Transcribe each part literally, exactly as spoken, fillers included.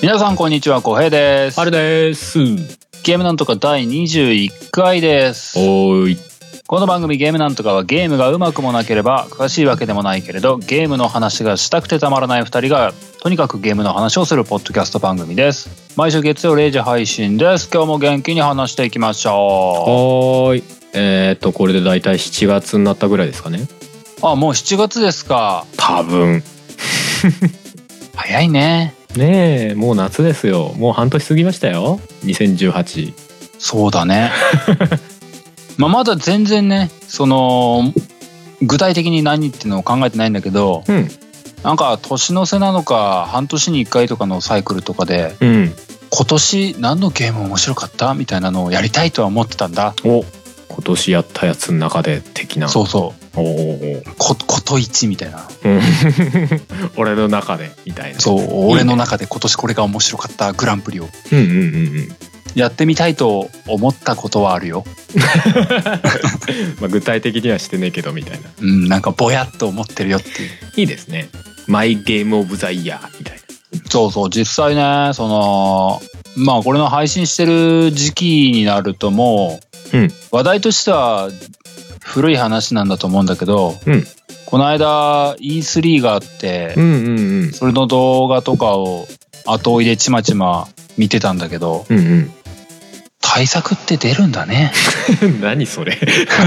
皆さんこんにちは、こうへいです。 あれです。 ゲームなんとかだいにじゅういっかいです。 おーい。 この番組ゲームなんとかはゲームがうまくもなければ詳しいわけでもないけれどゲームの話がしたくてたまらないふたりがとにかくゲームの話をするポッドキャスト番組です。毎週月曜れいじ配信です。今日も元気に話していきましょう。はーい。えー、っとこれでだいたいしちがつになったぐらいですかね。 あ、もうしちがつですか。 多分早いね。 ねえ、もう夏ですよ。もう半年過ぎましたよ。にせんじゅうはち。 そうだねまあまだ全然ね、その具体的に何っていうのを考えてないんだけど、うん、なんか年の瀬なのか半年にいっかいとかのサイクルとかで、うん、今年何のゲーム面白かったみたいなのをやりたいとは思ってたんだ。 お、今年やったやつの中で的な。 そうそう。おお。ここと一みたいな。 俺の中でみたいな。 そう、いいね、俺の中で今年これが面白かったグランプリを。うんうんうんうん。やってみたいと思ったことはあるよまあ具体的にはしてねえけどみたいな。 うん、なんかぼやっと思ってるよっていう。 いいですね。マイゲームオブザイヤーみたいな。 そうそう、実際ね、そのまあこれの配信してる時期になるともう、うん、話題としては古い話なんだと思うんだけど、うん、この間 イースリー があって、うんうんうん、それの動画とかを後追いでちまちま見てたんだけど、うんうん、対策って出るんだね何それ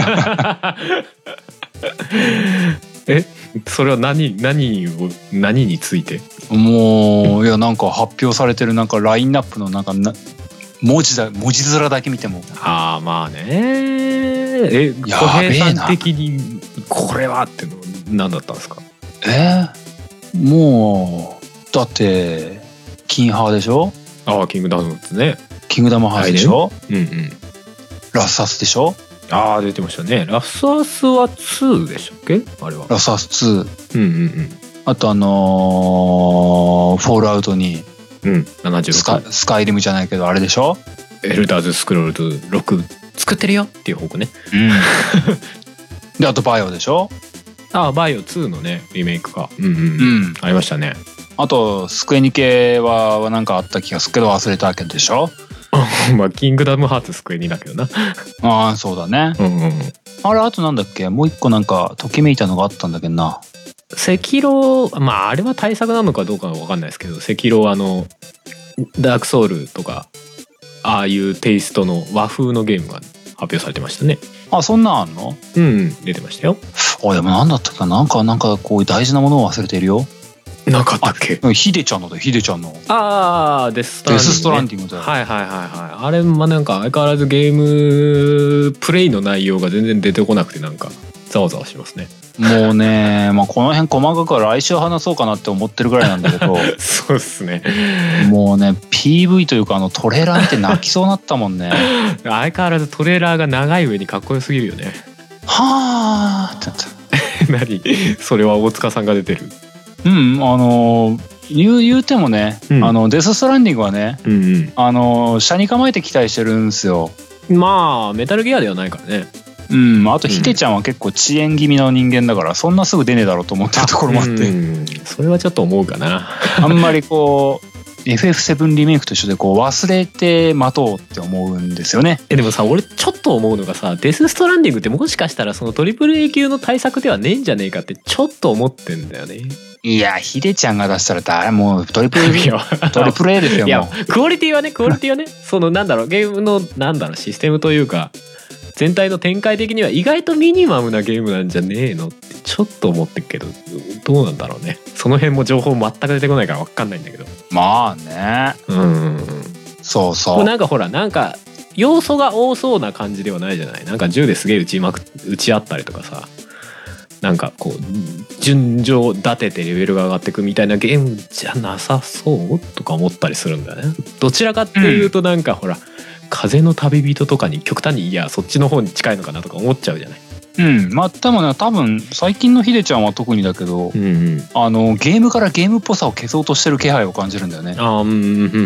え、それは何何を何について？ もういや、なんか発表されてるなんかラインナップのなんかな文字だ文字面だけ見ても、 ああまあね、え、小平さん的にこれはっての何だったんですか？ えー、もうだってキンハーでしょ。 ああ、キングダムですね。 キングダムハーツでしょ、 うんうん、 ラスアスでしょ。 ああ、出てましたね。ラスアスはツーでしたっけ？あれはラスアスツー、うんうんうん、あとあのー、フォールアウトに、うん、ななじゅうろく スカ、スカイリムじゃないけどあれでしょ。 エルダーズスクロールズろく作ってるよっていう方向ね、うん、 であとバイオでしょ。 ああ、バイオツーのねリメイクか、うんうん、うん、ありましたね。 あとスクエニ系はなんかあった気がするけど忘れたわけでしょまあキングダムハーツスクエニだけどなああ、そうだね、うんうん、あれあとなんだっけ、もう一個なんかときめいたのがあったんだけどな。 赤狼、まああれは対策なのかどうかは分かんないですけど、赤狼あのダークソウルとかああいうテイストの和風のゲームが発表されてましたね。 あ、そんなんあんの？ うん、うん、出てましたよ。 あ、でもなんだったかな、なんかなんかこういう大事なものを忘れているよ。 なかったっけ？ ヒデちゃんのだよ、ヒデちゃんの。 ああ、デスストランディング、ね、デスストランディングだよ。はいはいはいはい。あれまあなんか相変わらずゲームプレイの内容が全然出てこなくてなんかざわざわしますね。 もうね、まあこの辺細かくは来週話そうかなって思ってるぐらいなんだけどそうっすね。 もうね ピーブイ というかあのトレーラー見て泣きそうになったもんね相変わらずトレーラーが長い上にかっこよすぎるよね。 はーってなった何それは大塚さんが出てる？ うん、あの言う、言うてもね、うん、あのデスストランディングはね、うんうん、あの車に構えて期待してるんですよ。 まあメタルギアではないからね。 うん、あとヒデちゃんは結構遅延気味の人間だからそんなすぐ出ねえだろうと思ってるところもあって、うん、 それはちょっと思うかなあんまりこうエフエフセブン リメイクと一緒でこう忘れて待とうって思うんですよね。 えでもさ、俺ちょっと思うのがさ、デスストランディングってもしかしたらそのトリプル A 級の対策ではねえんじゃねえかってちょっと思ってんだよね。 いや、ヒデちゃんが出したら誰もうトリプル A トリプル A ですよ。もういやクオリティはね、クオリティはねそのなんだろう、ゲームのなんだろうシステムというか全体の展開的には意外とミニマムなゲームなんじゃねえのってちょっと思ってるけど、どうなんだろうね。その辺も情報全く出てこないから分かんないんだけど。 まあね、うん、そうそう。 なんかほらなんか要素が多そうな感じではないじゃない。なんか銃ですげえ撃ちまく撃ち合ったりとかさ、なんかこう順序立ててレベルが上がっていくみたいなゲームじゃなさそうとか思ったりするんだよね。どちらかっていうとなんかほら、うん、風の旅人とかに極端にいやそっちの方に近いのかなとか思っちゃうじゃない。 うん、まあでもね、多分最近のヒデちゃんは特にだけど、うんうん、あのゲームからゲームっぽさを消そうとしてる気配を感じるんだよね。あ、うんうんうんうん、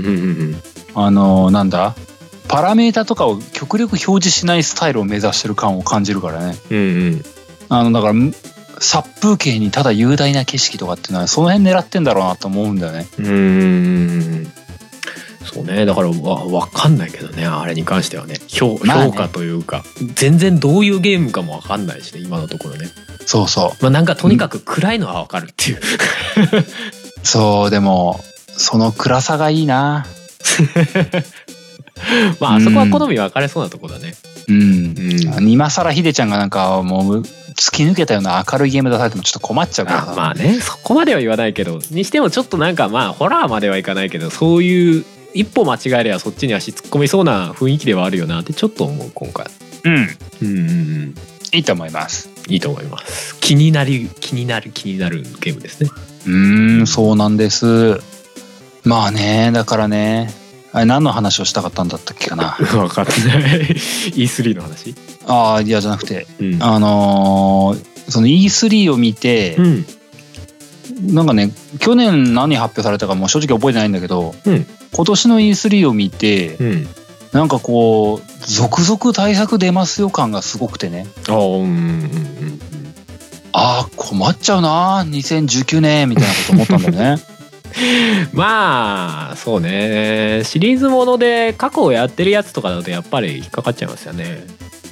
あのなんだパラメータとかを極力表示しないスタイルを目指してる感を感じるからね。うんうん、あのだから殺風景にただ雄大な景色とかっていうのはその辺狙ってんだろうなと思うんだよね。うん、 そうね、だからわ分かんないけどね、あれに関してはね、評、評価というか、まあね、全然どういうゲームかも分かんないしね、今のところね。 そうそう。 まあなんかとにかく暗いのは分かるっていう。 そうでもその暗さがいいな。 まああそこは好み分かれそうなとこだね。 うん。うん、今更ヒデちゃんがなんかもう突き抜けたような明るいゲーム出されてもちょっと困っちゃうからさ。 あまあね、そこまでは言わないけど、にしてもちょっとなんかまあホラーまではいかないけど、そういう一歩間違えればそっちに足突っ込みそうな雰囲気ではあるよなってちょっと思う今回。 うん。うんうんうん。 いいと思います。 いいと思います。気になり気になる気になるゲームですね。 うーん、そうなんです。まあね、だからね、あれ何の話をしたかったんだったっけかな。 分かってない。イースリー の話？ ああ、いやじゃなくて、 うん、 あのー、その イースリー を見て、うん、なんかね、去年何発表されたかも正直覚えてないんだけど、うん、今年の イースリー を見て、うん、なんかこう続々対策出ますよ感がすごくてね。あ、うんうんうん、あー困っちゃうなにせんじゅうきゅうねんみたいなこと思ったんだよね。 まあそうね、シリーズもので過去をやってるやつとかだとやっぱり引っかかっちゃいますよね。 うん、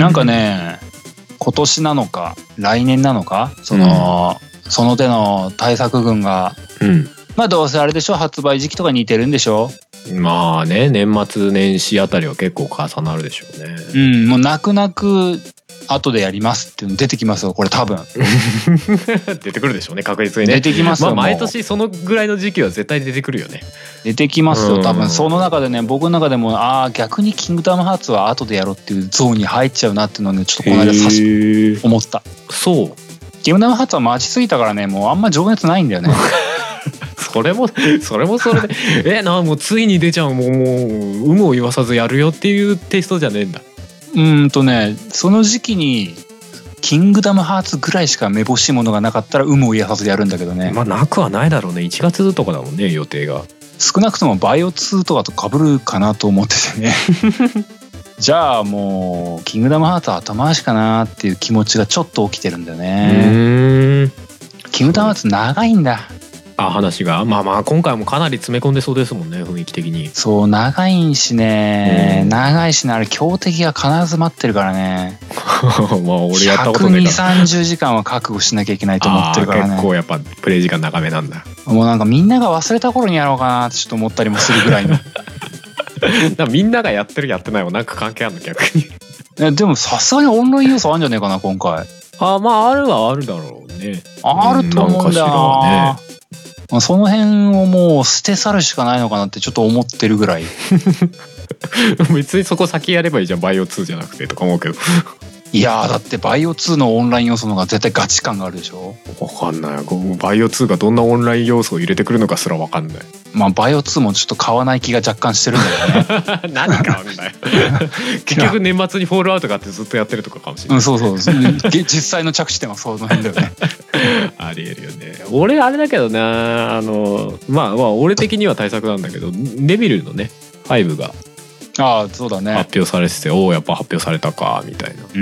なんかね、今年なのか来年なのか、その、うん、その手の対策群が、うん、まあどうせあれでしょ、発売時期とか似てるんでしょ。 まあね、年末年始あたりは結構重なるでしょうね。 うん、もう泣く泣く後でやりますっていうの出てきますよこれ多分。 出てくるでしょうね、確実にね。 出てきますよ。 まあ毎年そのぐらいの時期は絶対出てくるよね。 出てきますよ多分。その中でね、僕の中でもああ逆にキングダムハーツは後でやろうっていうゾーンに入っちゃうなっていうのをね、ちょっとこの間さし思った。 そう。 キングダムハーツは待ちすぎたからね、もうあんま情熱ないんだよね。 それもそれもそれでえなもうついに出ちゃう、もうもう有無を言わさずやるよっていうテイストじゃねえんだ。 うんとね、その時期にキングダムハーツぐらいしかめぼしいものがなかったら有無を言わさずやるんだけどね。 まあなくはないだろうね。いちがつとかだもんね、予定が。 少なくともバイオツーとかと被るかなと思っててね。じゃあもうキングダムハーツは後回しかなっていう気持ちがちょっと起きてるんだよね。うーん、キングダムハーツ長いんだ。 あ、話がまあまあ今回もかなり詰め込んでそうですもんね、雰囲気的に。 そう長いしね、うん、長いしね、あれ強敵が必ず待ってるからね。まあ俺やったことないからひゃくにじゅう、さんじゅうじかんは覚悟しなきゃいけないと思ってるからね。 結構やっぱプレイ時間長めなんだ。 もうなんかみんなが忘れた頃にやろうかなってちょっと思ったりもするぐらいの。 だみんながやってるやってないはなんか関係あるの逆に。 えでもさすがにオンライン要素あるんじゃねえかな今回。 あまああるはあるだろうね。 あると思うんだよな。その辺をもう捨て去るしかないのかなってちょっと思ってるぐらい。 別にそこ先やればいいじゃん、バイオツーじゃなくてとか思うけど。 いやーだってバイオツーのオンライン要素の方が絶対ガチ感があるでしょ。 わかんない。バイオツーがどんなオンライン要素を入れてくるのかすらわかんない。 まあバイオツーもちょっと買わない気が若干してるんだよね。 何買うんだよ。結局年末にフォールアウトがあってずっとやってるとかかもしれない。うん、 そうそう。実際の着地点はその辺だよね。 ありえるよね。俺あれだけどな、あのまあまあ俺的には対策なんだけど、デビルのねファイブがああそうだね発表されてて、おおやっぱ発表されたかみたいな。うん、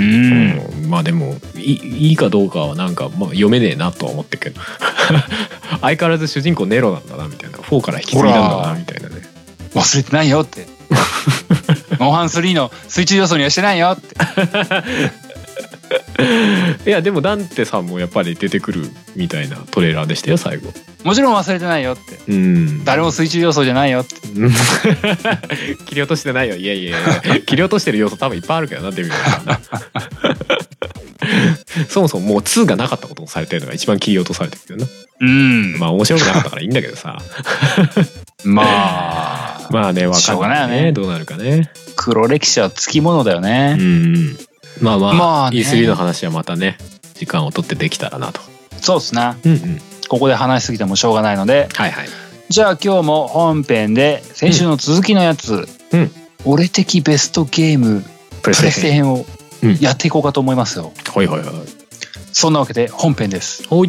うん、まあでもいいいかどうかはなんか、まあ、読めねえなとは思ってるけど。相変わらず主人公ネロなんだなみたいな、フォーから引き継いだんだなみたいなね。 忘れてないよって。モンハンスリーの水中要素にはしてないよって。 いやでもダンテさんもやっぱり出てくるみたいなトレーラーでしたよ最後。 もちろん忘れてないよって、うん、誰も水中要素じゃないよって。 切り落としてないよ。いやいやいや切り落としてる要素多分いっぱいあるけどな、デビルは。そもそももうツーがなかったことをされてるのが一番切り落とされてるけどな。うん、まあ面白くなかったからいいんだけどさ。 まあまあね、わかんないよね、どうなるかね。 黒歴史はつきものだよね。うん、 まあまあ、まあね、イースリー の話はまたね時間を取ってできたらなと。 そうですね、うんうん、ここで話しすぎてもしょうがないので、はいはい、じゃあ今日も本編で先週の続きのやつ、うん、俺的ベストゲームプレステ編をやっていこうかと思いますよ。 うん、はいはいはい。 そんなわけで本編です。 はい。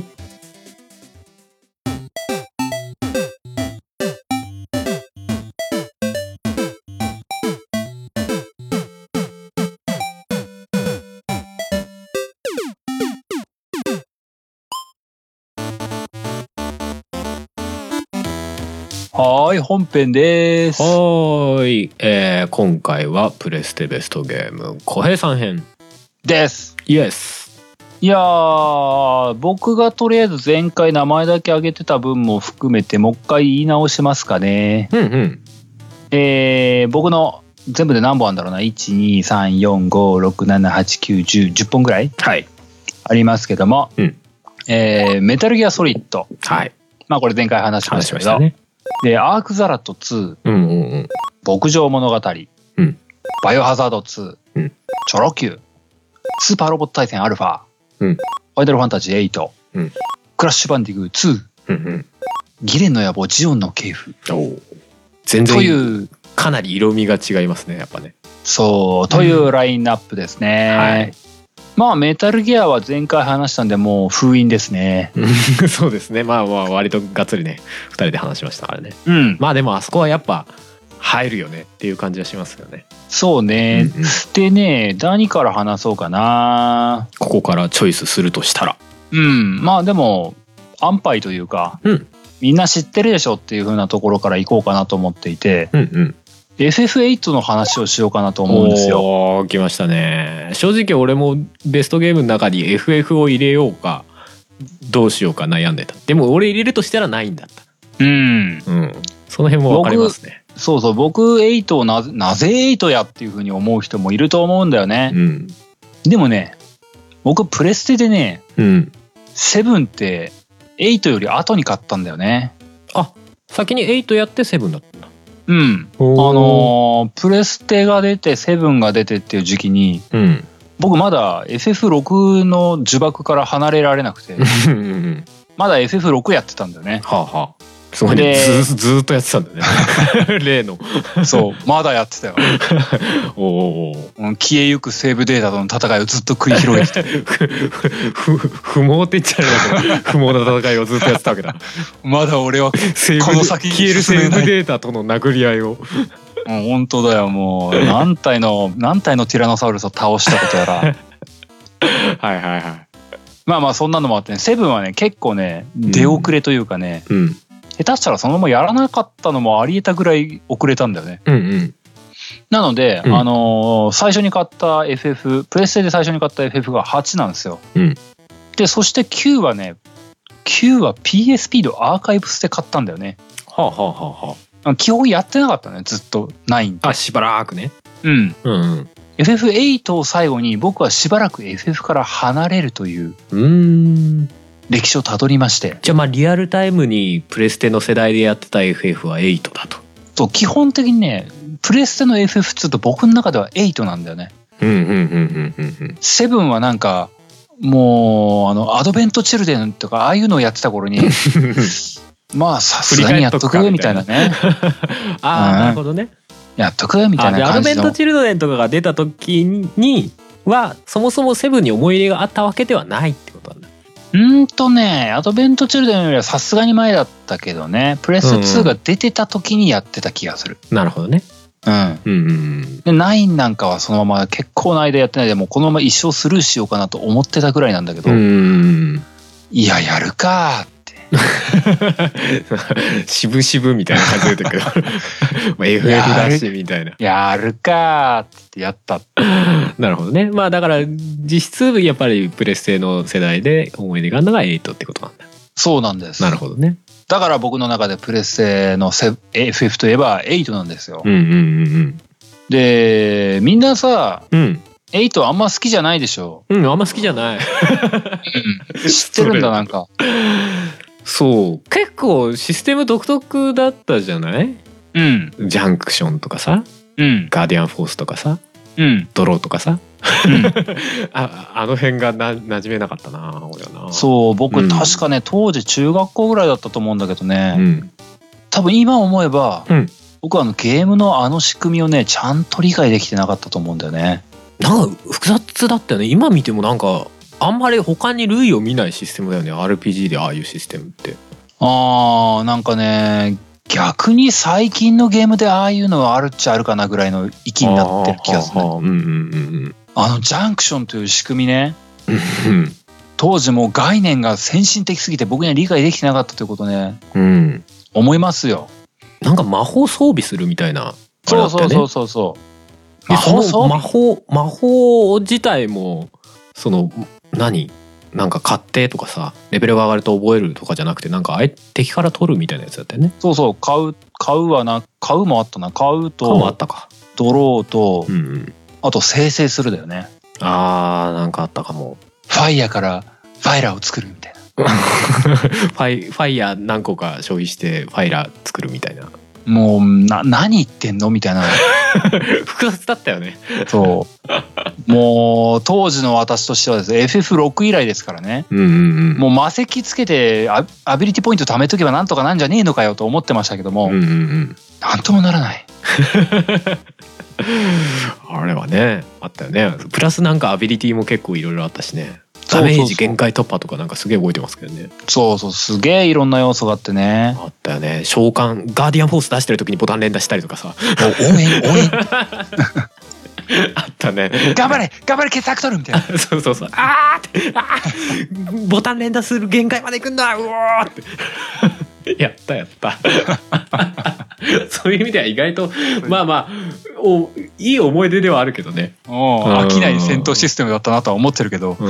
はーい、本編です。 はーい、えー、今回はプレステベストゲーム小平さん編です。 イエス。 いやー、僕がとりあえず前回名前だけ挙げてた分も含めてもう一回言い直しますかね。 うんうん。 えー、僕の全部で何本あるんだろうな、いち、に、さん、よん、ご、ろく、なな、はち、きゅう、じゅう、じゅっぽんぐらい、 はい、 ありますけども、うん、えー、メタルギアソリッド、 はい、 まあこれ前回話しましたけど、 話しましたね。 でアークザラットツー、 うんうんうん、 牧場物語、うん、バイオハザードツー、うん、チョロ Q、スーパーロボット対戦アルファ、うん、ファイナルファンタジーエイト、うん、クラッシュバンディングツー、うんうん、ギレンの野望ジオンの系譜、 全然というかなり色味が違いますね、やっぱね。 そうというラインナップですね、うん、はい。まあメタルギアは前回話したんでもう封印ですねそうですね。まあまあ割とがっつりねふたりで話しましたからね、 うん、 まあでもあそこはやっぱ入るよねっていう感じはしますよね。 そうね、うんうん、でね何から話そうかな。 ここからチョイスするとしたら、 うんまあでも安牌というか、うん、みんな知ってるでしょっていう風なところから行こうかなと思っていて、うんうん、エフエフエイト の話をしようかなと思うんですよ。 おー、来ましたね。正直俺もベストゲームの中に エフエフ を入れようかどうしようか悩んでた。でも俺入れるとしたらないんだった。うん、うん、その辺も分かりますね。 そうそう、僕エイトをなぜなぜエイトやっていう風に思う人もいると思うんだよね、うん、でもね僕プレステでね、うん、セブンってエイトより後に買ったんだよね。 あ、先にエイトやってセブンだったんだ。 うん、あのー、プレステが出てセブンが出てっていう時期に、うん、僕まだ エフエフシックス の呪縛から離れられなくてまだ エフエフシックス やってたんだよね。 はあはあ、すごいね。ず, ずーっとやってたんだね例のそうまだやってたよおお、消えゆくセーブデータとの戦いをずっと繰り広げてて不, 不毛って言っちゃうけど不毛な戦いをずっとやってたわけだまだ俺はこの先消えるセーブデータとの殴り合いをもう本当だよ。もう何体の何体のティラノサウルスを倒したことやらはいはいはい。 まあまあそんなのもあってね、セブンはね結構ね出遅れというかね、うんうん、下手したらそのままやらなかったのもありえたぐらい遅れたんだよね、うんうん、なので、うん、あのー、最初に買った エフエフ プレステで最初に買った エフエフ がはちなんですよ、うん、でそしてきゅうはねきゅうは ピーエスピー のアーカイブスで買ったんだよね。はあはあはあはあ、基本やってなかったねずっとナイン。 あ、しばらくね。 うん、うんうん、エフエフエイト を最後に僕はしばらく エフエフ から離れるという歴史をたどりまして。 じゃあまあリアルタイムにプレステの世代でやってた エフエフ はエイトだと。 と基本的にねプレステの エフエフツー と僕の中ではエイトなんだよね。セブンはなんかもうあのアドベントチルデンとかああいうのをやってた頃にまあさすがにやっとくみたいなねああ、なるほどね。 やっとくみたいな感じの。 アドベントチルドレンとかが出た時にはそもそもセブンに思い入れがあったわけではないってことなんだ。 うんとねアドベントチルドレンよりはさすがに前だったけどね、プレステツーが出てた時にやってた気がする、 うん、なるほどね。うん、 うんうん、でナインなんかはそのまま結構な間やってないでもうこのまま一生スルーしようかなと思ってたぐらいなんだけど、うん、いややるかって渋々みたいな感じで言うけどまあ エフエフ だしみたいなやるかってやったなるほどね。まあだから実質やっぱりプレステの世代で思い出があるのがエイトってことなんだ。 そうなんです。 なるほどね。 だから僕の中でプレステの エフエフ といえばエイトなんですよ、うんうんうんうん、でみんなさ、うん、エイトあんま好きじゃないでしょ。 うん、あんま好きじゃない知ってるんだなんか。 そう結構システム独特だったじゃない、うん、ジャンクションとかさ、うん、ガーディアンフォースとかさ、うん、ドローとかさ、うん、あ, あの辺がな馴染めなかったな俺はな。 そう僕、うん、確かね当時中学校ぐらいだったと思うんだけどね、うん、多分今思えば、うん、僕はあのゲームのあの仕組みをねちゃんと理解できてなかったと思うんだよね。 なんか複雑だったよね。今見てもなんかあんまり他に類を見ないシステムだよね アールピージー でああいうシステムって。あーなんかね逆に最近のゲームでああいうのはあるっちゃあるかなぐらいの域になってる気がする。あのジャンクションという仕組みね当時もう概念が先進的すぎて僕には理解できてなかったということね、うん、思いますよ。 なんか魔法装備するみたいな、ね、 そうそうそうそうそう魔法装備魔法魔法自体もその何なんか買ってとかさレベルが上がると覚えるとかじゃなくてなんか敵から取るみたいなやつだったよね。 そうそう買う買うはな買うもあったな買うと買うもあったかドローと、 うんうん、 あと生成するだよね。 あーなんかあったかも。 ファイヤーからファイラーを作るみたいなファイファイヤー何個か消費してファイラー作るみたいな。 もうな何言ってんのみたいな複雑だったよね。 そうもう当時の私としてはですね エフエフシックス 以来ですからね、 うんうんうん、 もう魔石つけて ア, アビリティポイント貯めとけばなんとかなんじゃねえのかよと思ってましたけども、うんうんうん、なんともならないあれはねあったよね。プラスなんかアビリティも結構いろいろあったしね。ダメージ限界突破とかなんかすげえ覚えてますけどね。そうそうすげえいろんな要素があってね。 あったよね。召喚ガーディアンフォース出してる時にボタン連打したりとかさ。 応援応援あったね。 頑張れ頑張れ傑作取るみたいな。 そうそうそう。あーってあーボタン連打する限界まで行くんだうおーってやったやったそういう意味では意外とまあまあおいい思い出ではあるけどね。 飽きない戦闘システムだったなとは思ってるけど、うん、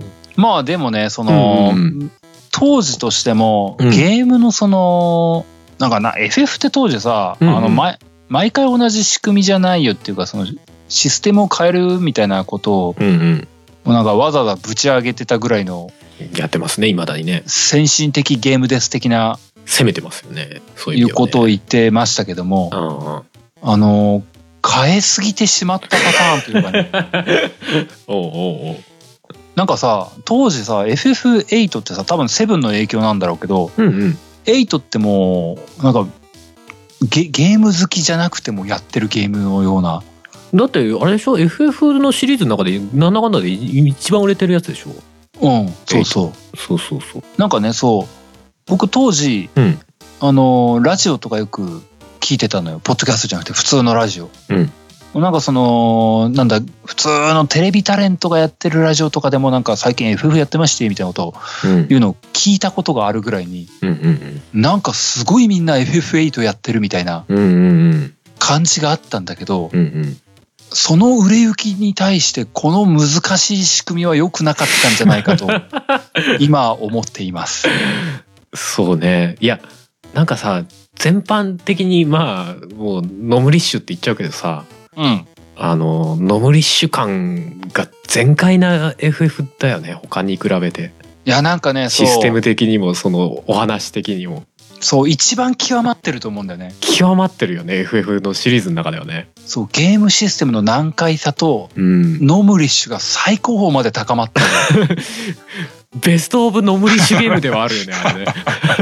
まあでもねその、うん、当時としても、うん、ゲームのそのなんかな エフエフ って当時さ、うんうん、あの毎毎回同じ仕組みじゃないよっていうかそのシステムを変えるみたいなことを、うんうん、なんかわざわざぶち上げてたぐらいのやってますね未だにね。 先進的ゲームです的な攻めてますよね。そういうことを言ってましたけども、うん、あの変えすぎてしまったパターンというかねおうおうおうなんかさ当時さ エフエフエイト ってさ多分セブンの影響なんだろうけど、うんうん、エイトってもうなんか ゲ, ゲーム好きじゃなくてもやってるゲームのような。 だってあれでしょ エフエフ のシリーズの中でなんだかんだで一番売れてるやつでしょ。 うんそうそうそうそうそうなんかねそう僕当時、うん、あのラジオとかよく聞いてたのよ。ポッドキャストじゃなくて普通のラジオ、うん、なんかそのなんだ普通のテレビタレントがやってるラジオとかでもなんか最近 エフエフ やってましてみたいなことを言うのを聞いたことがあるぐらいに、うんうんうん、なんかすごいみんな エフエフエイト やってるみたいな感じがあったんだけど、うんうん、その売れ行きに対してこの難しい仕組みは良くなかったんじゃないかと今思っています。 そうね。いやなんかさ全般的にまあもうノムリッシュって言っちゃうけどさ、うん、あのノムリッシュ感が全開な エフエフ だよね他に比べて。 いやなんかねシステム的にもそのお話的にもそう一番極まってると思うんだよね。 極まってるよね エフエフ のシリーズの中ではね。 そうゲームシステムの難解さと、うん、ノムリッシュが最高峰まで高まってるベストオブノムリッシュゲームではあるよねあれね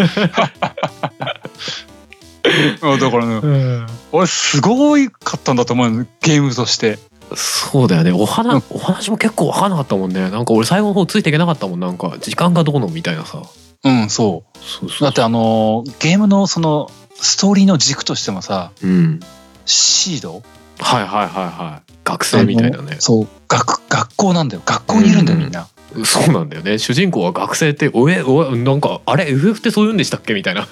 だからね、うん、俺すごいかったんだと思うゲームとして。 そうだよね。お話、うん、お話も結構分からなかったもんね。なんか俺最後の方ついていけなかったもん。なんか時間がどうのみたいなさ。 うんそうそうそうだってあのゲームのそのストーリーの軸としてもさ、うん、シードはいはいはいはい学生みたいなね。 そう学学校なんだよ。学校にいるんだよ、うん、みんな。 そうなんだよね。主人公は学生っておえおえなんかあれ エフエフ ってそういうんでしたっけみたいな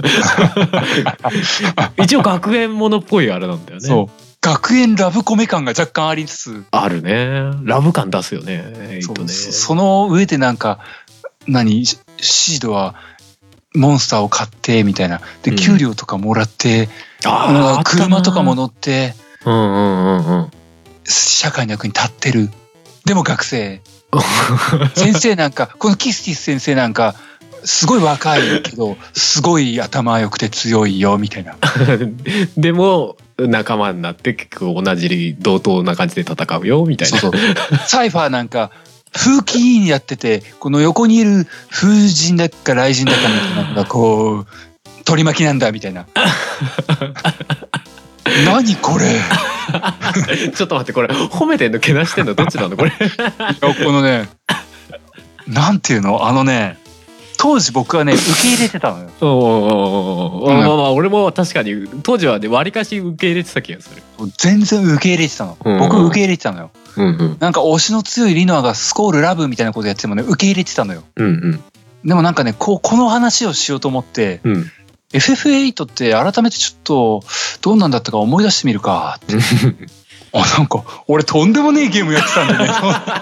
一応学園ものっぽいあれなんだよね。 そう学園ラブコメ感が若干ありつつあるね。ラブ感出すよね。 そうね。その上でなんか何シードはモンスターを買ってみたいなで、うん、給料とかもらって、あ車とかも乗って、うんうんうんうん、社会の役に立ってる。でも学生先生なんかこのキスティス先生なんかすごい若いけどすごい頭良くて強いよみたいなでも仲間になって結構同じ同等な感じで戦うよみたいな。そうそうサイファーなんか風紀委員やっててこの横にいる風神だか雷神だかみたいなのがこう取り巻きなんだみたいな何これちょっと待ってこれ褒めてんのけなしてんのどっちなのこれこのねなんていうのあのね当時僕はね受け入れてたのよ。おおお、うん、まあまあ俺も確かに当時はね割かし受け入れてた気がする。 全然受け入れてたの、うん、僕受け入れてたのよ、うんうん、なんか推しの強いリノアがスコールラブみたいなことやっててもね受け入れてたのよ、うんうん、でもなんかねこうこの話をしようと思って、うん、 エフエフエイト って改めてちょっとどうなんだったか思い出してみるかってあ、なんか俺とんでもねえゲームやってたんだね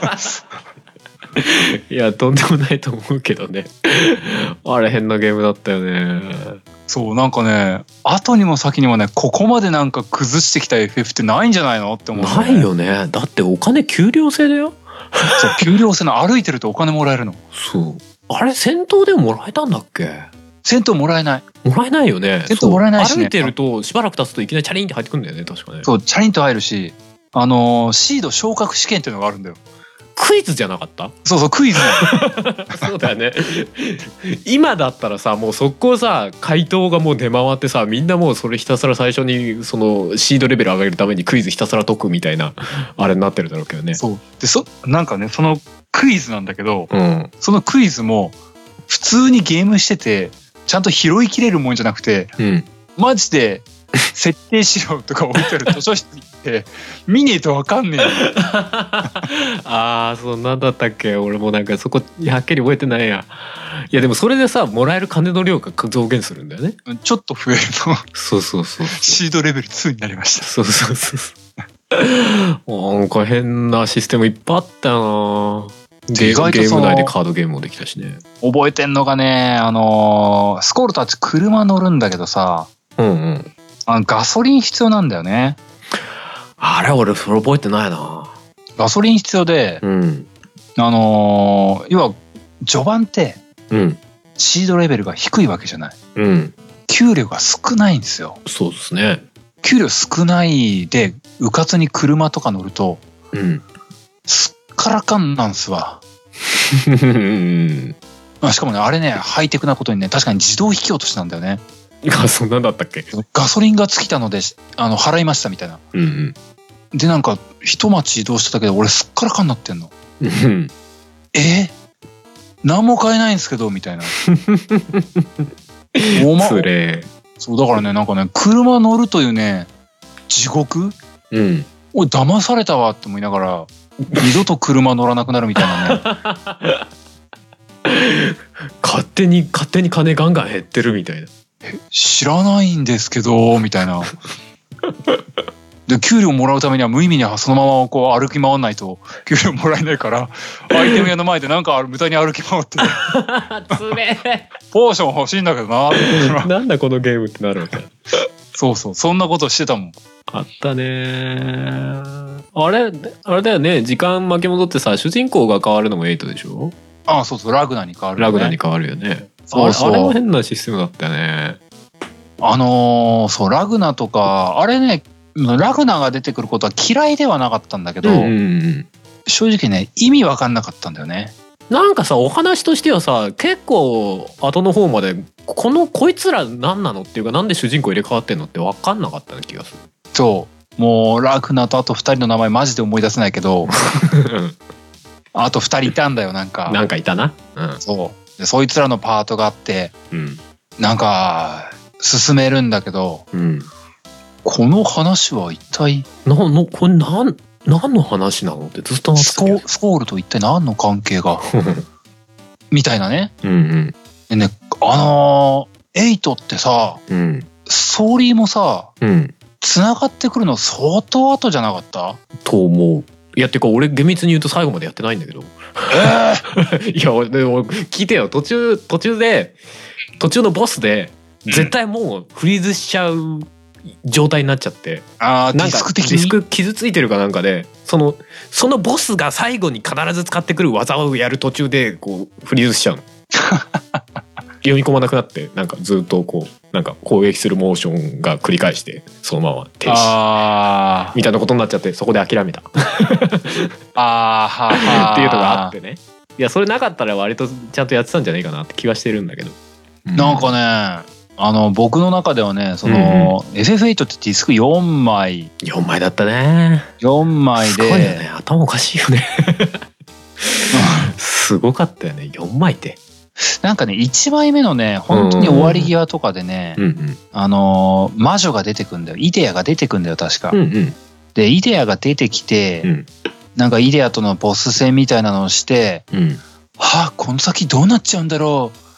いやとんでもないと思うけどねあれ変なゲームだったよね。 そうなんかね後にも先にもねここまでなんか崩してきた エフエフ ってないんじゃないのって思う、ね、 ないよね。だってお金給料制だよ。 そう給料制の歩いてるとお金もらえるの。 そうあれ戦闘でももらえたんだっけ。 戦闘もらえない。 もらえないよね。 戦闘もらえないしね。 歩いてるとしばらく経つといきなりチャリンって入ってくるんだよね確かね。 そうチャリンと入るしあのー、シード昇格試験っていうのがあるんだよ。 クイズじゃなかった？ そうそうクイズそうだよね今だったらさもう速攻さ回答がもう出回ってさみんなもうそれひたすら最初にそのシードレベル上げるためにクイズひたすら解くみたいなあれになってるだろうけどね。 そうでそなんかねそのクイズなんだけど、 うん、そのクイズも普通にゲームしててちゃんと拾いきれるもんじゃなくて、うん、マジで設定資料とか置いてある図書室に行って見ねえと分かんねえよあーそうなんだったっけ。俺もなんかそこはっきり覚えてないや。いやでもそれでさもらえる金の量が増減するんだよね。 ちょっと増えるのそうそうそうシードレベルツーになりました。 そうそうそうなんか変なシステムいっぱいあったよな。ゲーム内でカードゲームもできたしね。 覚えてんのがねあのー、スコールたち車乗るんだけどさ、 うんうん、 あのガソリン必要なんだよね。 あれ俺それ覚えてないな。 ガソリン必要で、うん、あのー、要は序盤って、うん、シードレベルが低いわけじゃない、うん、給料が少ないんですよ。 そうですね。 給料少ないでうかつに車とか乗ると、うん、すっからかんなんすわしかもねあれねハイテクなことにね確かに自動引き落としなんだよね。 あそんなんだったっけ。 ガソリンが尽きたのであの払いましたみたいな、うんうん、でなんか一町移動しただけで俺すっからかんなってんのえ何も買えないんですけどみたいなおま、 つれー。 そうだからねなんかね車乗るというね地獄、うん、おい騙されたわって思いながら二度と車乗らなくなるみたいなね勝手に勝手に金ガンガン減ってるみたいな。 知らないんですけどみたいなで給料もらうためには無意味にそのままこう歩き回んないと給料もらえないからアイテム屋の前でなんか無駄に歩き回ってつれえポーション欲しいんだけどななんだこのゲームってなるわけそうそうそんなことしてたもん。 あったね。あれあれだよね時間巻き戻ってさ主人公が変わるのもエイトでしょ。 ああそうそうラグナに変わる、ね、 ラグナに変わるよね。 そうそうあ, れあれも変なシステムだったよね。 あのー、そうラグナとかあれねラグナが出てくることは嫌いではなかったんだけど、うんうんうん、正直ね意味わかんなかったんだよね。 なんかさお話としてはさ結構後の方までこのこいつら何なのっていうかなんで主人公入れ替わってんのって分かんなかった気がする。 そうもうラグナとあとふたりの名前マジで思い出せないけどあとふたりいたんだよなんかなんかいたな、 うん、そうでそいつらのパートがあって、うん、なんか進めるんだけど、うん、この話は一体なのこれなん何の話なのってずっとなってたけどスコールと一体何の関係がみたいなね。うんうん、でねあのー、エイトってさ、うん、ストーリーもさ、うん、繋がってくるの相当後じゃなかったと思う。いやってか俺厳密に言うと最後までやってないんだけど、えー、いやでも聞いてよ途中途中で途中のボスで絶対もうフリーズしちゃう状態になっちゃって、 あーなんかディスク傷ついてるかなんかでそのそのボスが最後に必ず使ってくる技をやる途中でこうフリーズしちゃうの読み込まなくなってなんかずっとこうなんか攻撃するモーションが繰り返してそのまま停止あみたいなことになっちゃってそこで諦めたあーははっていうのがあってね。いやそれなかったら割とちゃんとやってたんじゃないかなって気はしてるんだけど、 うん、なんかねあの僕の中ではねその、うん、エフエフエイト ってディスクよんまいよんまいだったね。 よんまいですごいよね頭おかしいよねすごかったよねよんまいってなんかねいちまいめのね本当に終わり際とかでね、うんうん、あの魔女が出てくんだよイデアが出てくんだよ確か、うんうん、でイデアが出てきて、うん、なんかイデアとのボス戦みたいなのをして、うん、はあこの先どうなっちゃうんだろう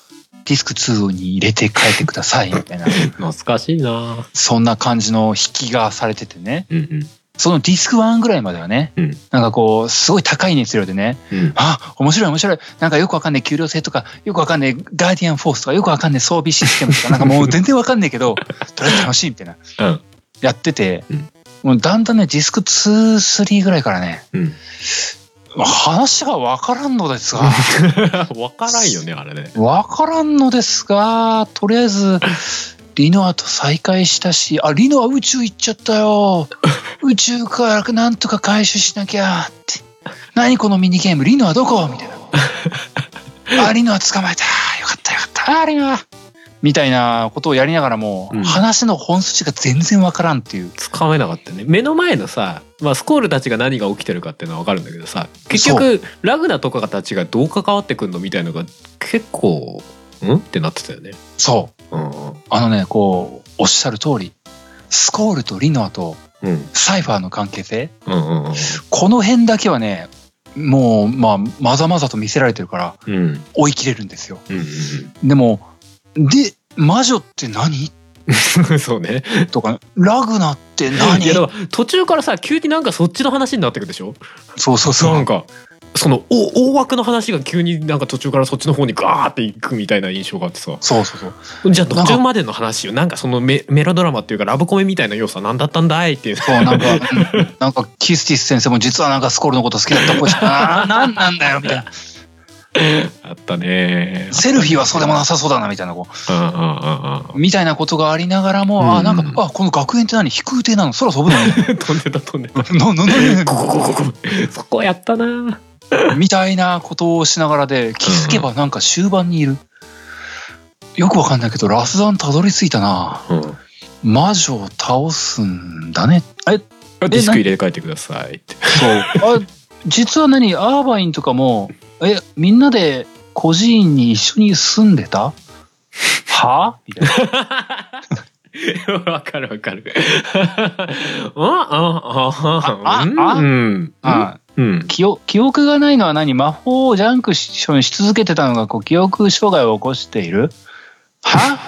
ディスクツーに入れて帰ってくださいみたいな懐かしいな。 そんな感じの引きがされててね、 うんうん、 そのディスクワンぐらいまではね、うん、なんかこうすごい高い熱量でね、うん、あ面白い面白い、なんかよくわかんない給料制とかよくわかんないガーディアンフォースとかよくわかんない装備システムとかなんかもう全然わかんないけどとりあえず楽しいみたいな、うん、やってて、うん、もうだんだんねディスクツー、スリーぐらいからね、うん、話がわからんのですがわからんよねあれね。 わからんのですが、とりあえずリノアと再会したし、あリノア宇宙行っちゃったよ宇宙からなんとか回収しなきゃって、何このミニゲームリノアどこみたいなあリノア捕まえた、よかったよかったあリノアみたいなことをやりながらも、うん、話の本筋が全然わからんっていう。 つかめなかったね。目の前のさ、まあ、スコールたちが何が起きてるかっていうのはわかるんだけどさ、結局ラグナとかたちがどう関わってくんのみたいなのが結構んってなってたよね。 そう、うん、あのねこうおっしゃる通りスコールとリノアとサイファーの関係性、うんうんうん、この辺だけはねもうまあまざまざと見せられてるから、うん、追い切れるんですよ、うんうんうん、でもで魔女って何そうねとかラグナって何いやだから途中からさ急になんかそっちの話になってくるでしょ。 そうそうそう、 なんかその大枠の話が急になんか途中からそっちの方にガーっていくみたいな印象があってさ。 そうそうそう。 じゃあ途中までの話よ、なんかその メ, メロドラマっていうかラブコメみたいな要素は何だったんだいっていう。 そうなんか、うん、なんかキスティス先生も実はなんかスコールのこと好きだったっぽいしあーなんなんだよみたいなあったね。 セルフィーはそうでもなさそうだなみたいなこう、うんうんうんうん、みたいなことがありながらも、うん、あなんかあこの学園って何飛空艇なの空飛ぶの飛んでた飛んでたなななこここここそこやったなみたいなことをしながらで気づけばなんか終盤にいる、よくわかんないけどラスダンたどり着いたな、うん、魔女を倒すんだね。えディスク入れ替えてくださいって。 そうあ実は何アーバインとかもえみんなで孤児院に一緒に住んでたはみたいなわかるわかるああああうんあうん、記, 記憶がないのは何魔法をジャンクションし続けてたのがこう記憶障害を起こしているは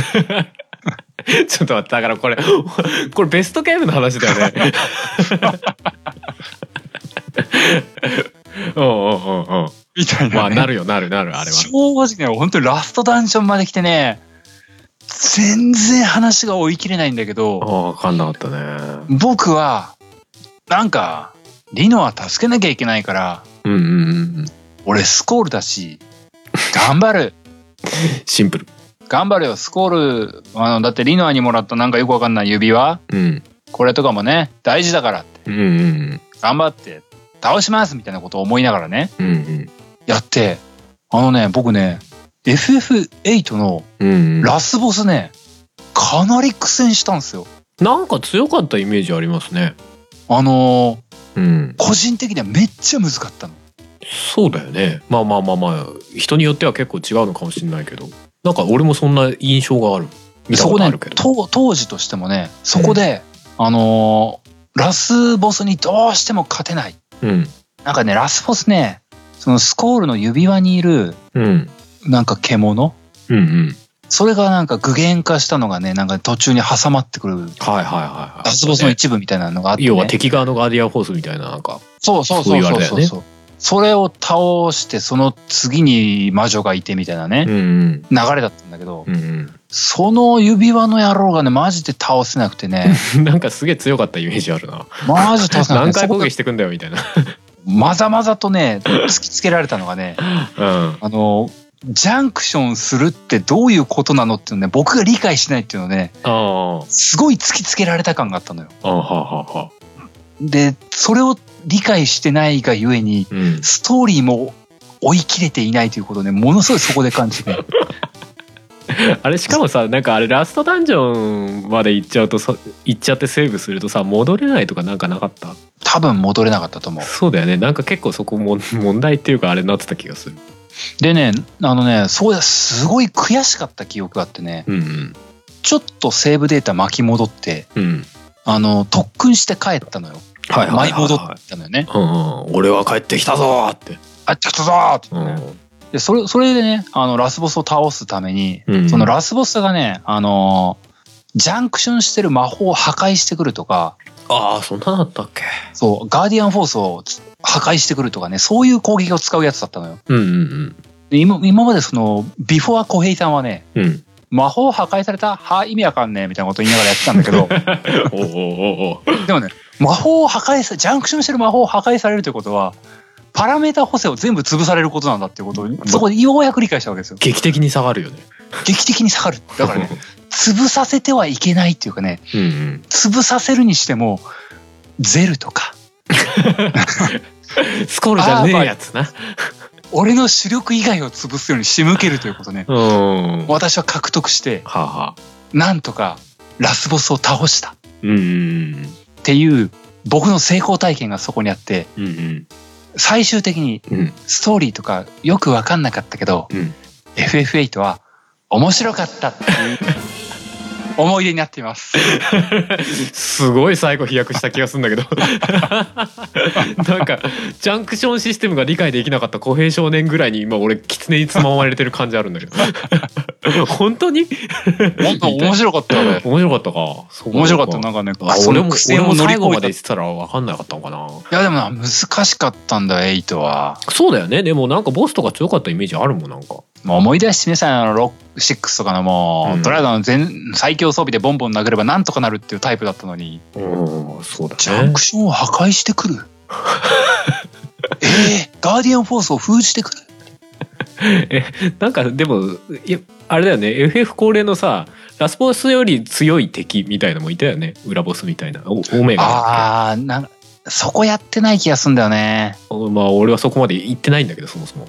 ちょっと待ってだからこれこれベストゲームの話だよねうんうんうんうんみたいな、ね、 まあなるよなるなるあれは正直ね本当にラストダンジョンまで来てね全然話が追い切れないんだけどあ分かんなかったね。 僕はなんかリノは助けなきゃいけないから、うんうんうん、俺スコールだし頑張るシンプル頑張るよスコールあのだってリノアにもらったなんかよくわかんない指輪、うん、これとかもね大事だからって、うんうんうん、頑張って倒しますみたいなことを思いながらね、うんうん、やってあのね僕ね エフエフエイト のラスボスねかなり苦戦したんですよ。 なんか強かったイメージありますね。 あのーうん、個人的にはめっちゃ難かったの。 そうだよね。まあまあまあまあ人によっては結構違うのかもしれないけどなんか俺もそんな印象がある。見たことあるけどそこね当時としてもねそこで、うん、あのー、ラスボスにどうしても勝てない、うん、なんかねラスボスねそのスコールの指輪にいる、うん、なんか獣、うんうん、それがなんか具現化したのがねなんか途中に挟まってくる、はいはいはい、ラスボスの一部みたいなのがあって、ね、 要は敵側のガーディアンフォースみたいななんかそうそうそうそうそうそう、ね、それを倒してその次に魔女がいてみたいなね、うんうん、流れだったんだけど、うんうん、その指輪の野郎がねマジで倒せなくてねなんかすげえ強かったイメージあるな。 マジ倒せなくて何回攻撃してくんだよみたいなまざまざとね突きつけられたのがね、うん、あのジャンクションするってどういうことなのっていうのね僕が理解しないっていうのねすごい突きつけられた感があったのよ。あはははでそれを理解してないがゆえに、うん、ストーリーも追い切れていないということをねものすごいそこで感じてあれしかもさなんかあれラストダンジョンまで行っちゃうと行っちゃってセーブするとさ戻れないとかなんかなかった？ 多分戻れなかったと思う。 そうだよねなんか結構そこも問題っていうかあれになってた気がする。 でねあのねそうやすごい悔しかった記憶があってね、うんうん、ちょっとセーブデータ巻き戻って、うん、あの特訓して帰ったのよ。はいはいはいはい、舞い戻ったのよね、うんうん、 俺は帰ってきたぞーってあっちゃったぞーって、ね、 でそれそれでね、あのラスボスを倒すために、うん、そのラスボスがね、あのジャンクションしてる魔法を破壊してくるとか。 ああ、そんなのだったっけ。 そう、ガーディアンフォースを破壊してくるとかね、そういう攻撃を使うやつだったのよ。 うんうんうん。 で 今, 今までそのビフォー小平さんはね、 うん、 魔法破壊されたは意味わかんねえみたいなこと言いながらやってたんだけどおおおおでもね、魔法を破壊さジャンクションしてる魔法を破壊されるということはパラメータ補正を全部潰されることなんだっていうことを、ま、そこでようやく理解したわけですよ。 劇的に下がるよね。 劇的に下がる。だからね潰させてはいけないっていうかね、 うんうん、 潰させるにしてもゼルとかスコールじゃねえやつな俺の主力以外を潰すように仕向けるということね、 うん、 私は獲得して、 はあはあ、 なんとかラスボスを倒した、 うんうん、 っていう僕の成功体験がそこにあって、 うんうん、 最終的にストーリーとかよく分かんなかったけど、 うん、 エフエフエイト は面白かったっていう思い出になっていますすごい最後飛躍した気がするんだけどなんかジャンクションシステムが理解できなかった小平少年ぐらいに今俺狐につままれてる感じあるんだけど本当に本当面白かったよね。 面白かったか。 面白かった。なんかね、 俺も俺も最後まで言ってたら分かんなかったのかな。 いやでもな難しかったんだエイトは。 そうだよね。でもなんかボスとか強かったイメージあるもん。なんかもう思い出してねさ、あのろく、ろくとかのもう、うん、とりあえずの全最強装備でボンボン殴ればなんとかなるっていうタイプだったのに、 うん、そうだね。 ジャンクションを破壊してくるえー、ガーディアンフォースを封じてくるえ、なんかでもいやあれだよね、 エフエフ 恒例のさラスボスより強い敵みたいなのもいたよね、裏ボスみたいな。オメガだっけ。あーなんかそこやってない気がするんだよね。 まあ俺はそこまで行ってないんだけどそもそも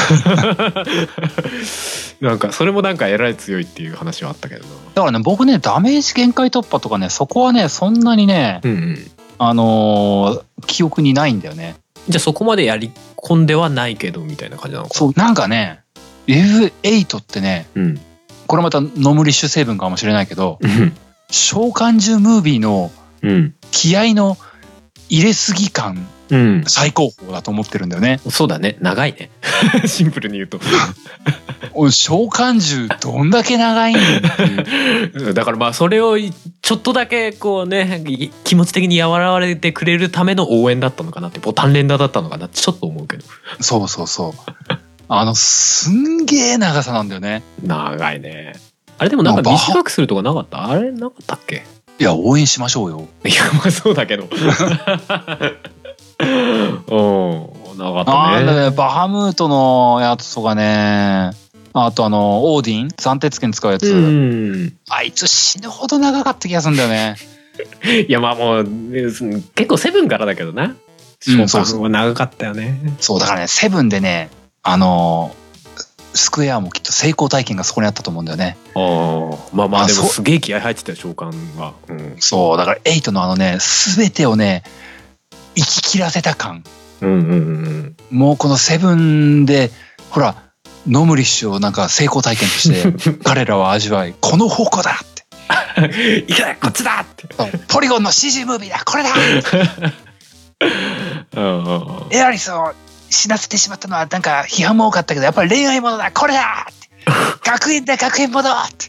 なんかそれもなんかえらい強いっていう話はあったけどな。 だからね僕ねダメージ限界突破とかねそこはねそんなにね、 うんうん、 あのー、記憶にないんだよね。 じゃあそこまでやり込んではないけどみたいな感じなのかな。 そうなんかね エフエイト ってね、 うん、 これまたノムリッシュ成分かもしれないけど、 うん、 召喚獣ムービーの気合の入れすぎ感、うん、最高峰だと思ってるんだよね。 そうだね、長いねシンプルに言うと召喚獣どんだけ長いんっていうだからまあそれをちょっとだけこうね気持ち的に和らげてくれるための応援だったのかなって、ボタン連打だったのかなってちょっと思うけどそうそうそうあのすんげえ長さなんだよね。 長いね。あれでもなんか短くするとかなかった？あれなかったっけ？ いや応援しましょうよ。 いやまあそうだけどうんなかったね。 あバハムートのやつとかね、あとあのオーディン暫定付けに使うやつ、 うん、 あいつ死ぬほど長かった気がするんだよねいやまあもう結構セブンからだけどな、召喚は長かったよね、 うん、そうそうそうだからねセブンでねあのスクエアもきっと成功体験がそこにあったと思うんだよね。 あまあまあでもすげえ気合入ってたよ召喚は、 うん、そうだからエイトのあのね全てをね生き切らせた感、 うんうんうん、 もうこのセブンでほらノムリッシュをなんか成功体験として彼らは味わいこの方向だっていけないこっちだってポリゴンの シージー ムービーだこれだエアリスを死なせてしまったのはなんか批判も多かったけどやっぱり恋愛ものだこれだって学園だ学園ものって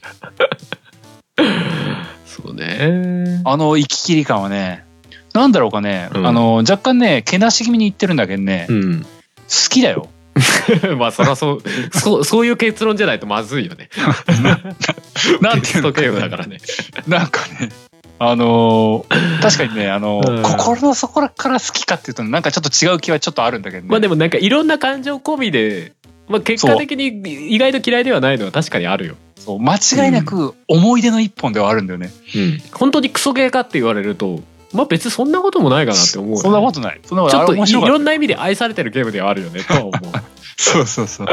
そうねあの生き切り感はねなんだろうかね、うん、あの若干ねけなし気味に言ってるんだけどね、 うん、 好きだよまあそりゃそうそうそういう結論じゃないとまずいよねなんていうのテストゲームだからねなんかねあのー、確かにね、あのーうん、心の底から好きかっていうとなんかちょっと違う気はちょっとあるんだけどね。 まあでもなんかいろんな感情込みで、まあ、結果的に意外と嫌いではないのは確かにあるよ。 そう間違いなく思い出の一本ではあるんだよね、 うん、本当にクソゲーかって言われるとまあ別にそんなこともないかなって思う、ね、 そんなことない。そんなことちょっといろんな意味で愛されてるゲームではあるよねとは思うそうそうそう、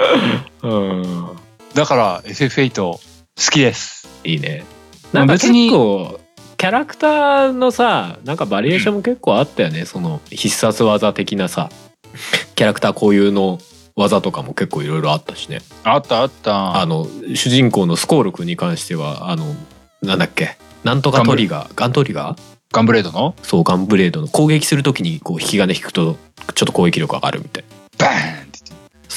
うん、だから エフエフエイト 好きです。 いいね。なんか結構キャラクターのさなんかバリエーションも結構あったよね、うん、その必殺技的なさキャラクター固有の技とかも結構いろいろあったしね。 あったあった。 あの主人公のスコール君に関してはあのなんだっけなんとかトリガーガントリガーガンブレードのそうガンブレードの攻撃するときにこう引き金引くとちょっと攻撃力上がるみたいな。 バーンって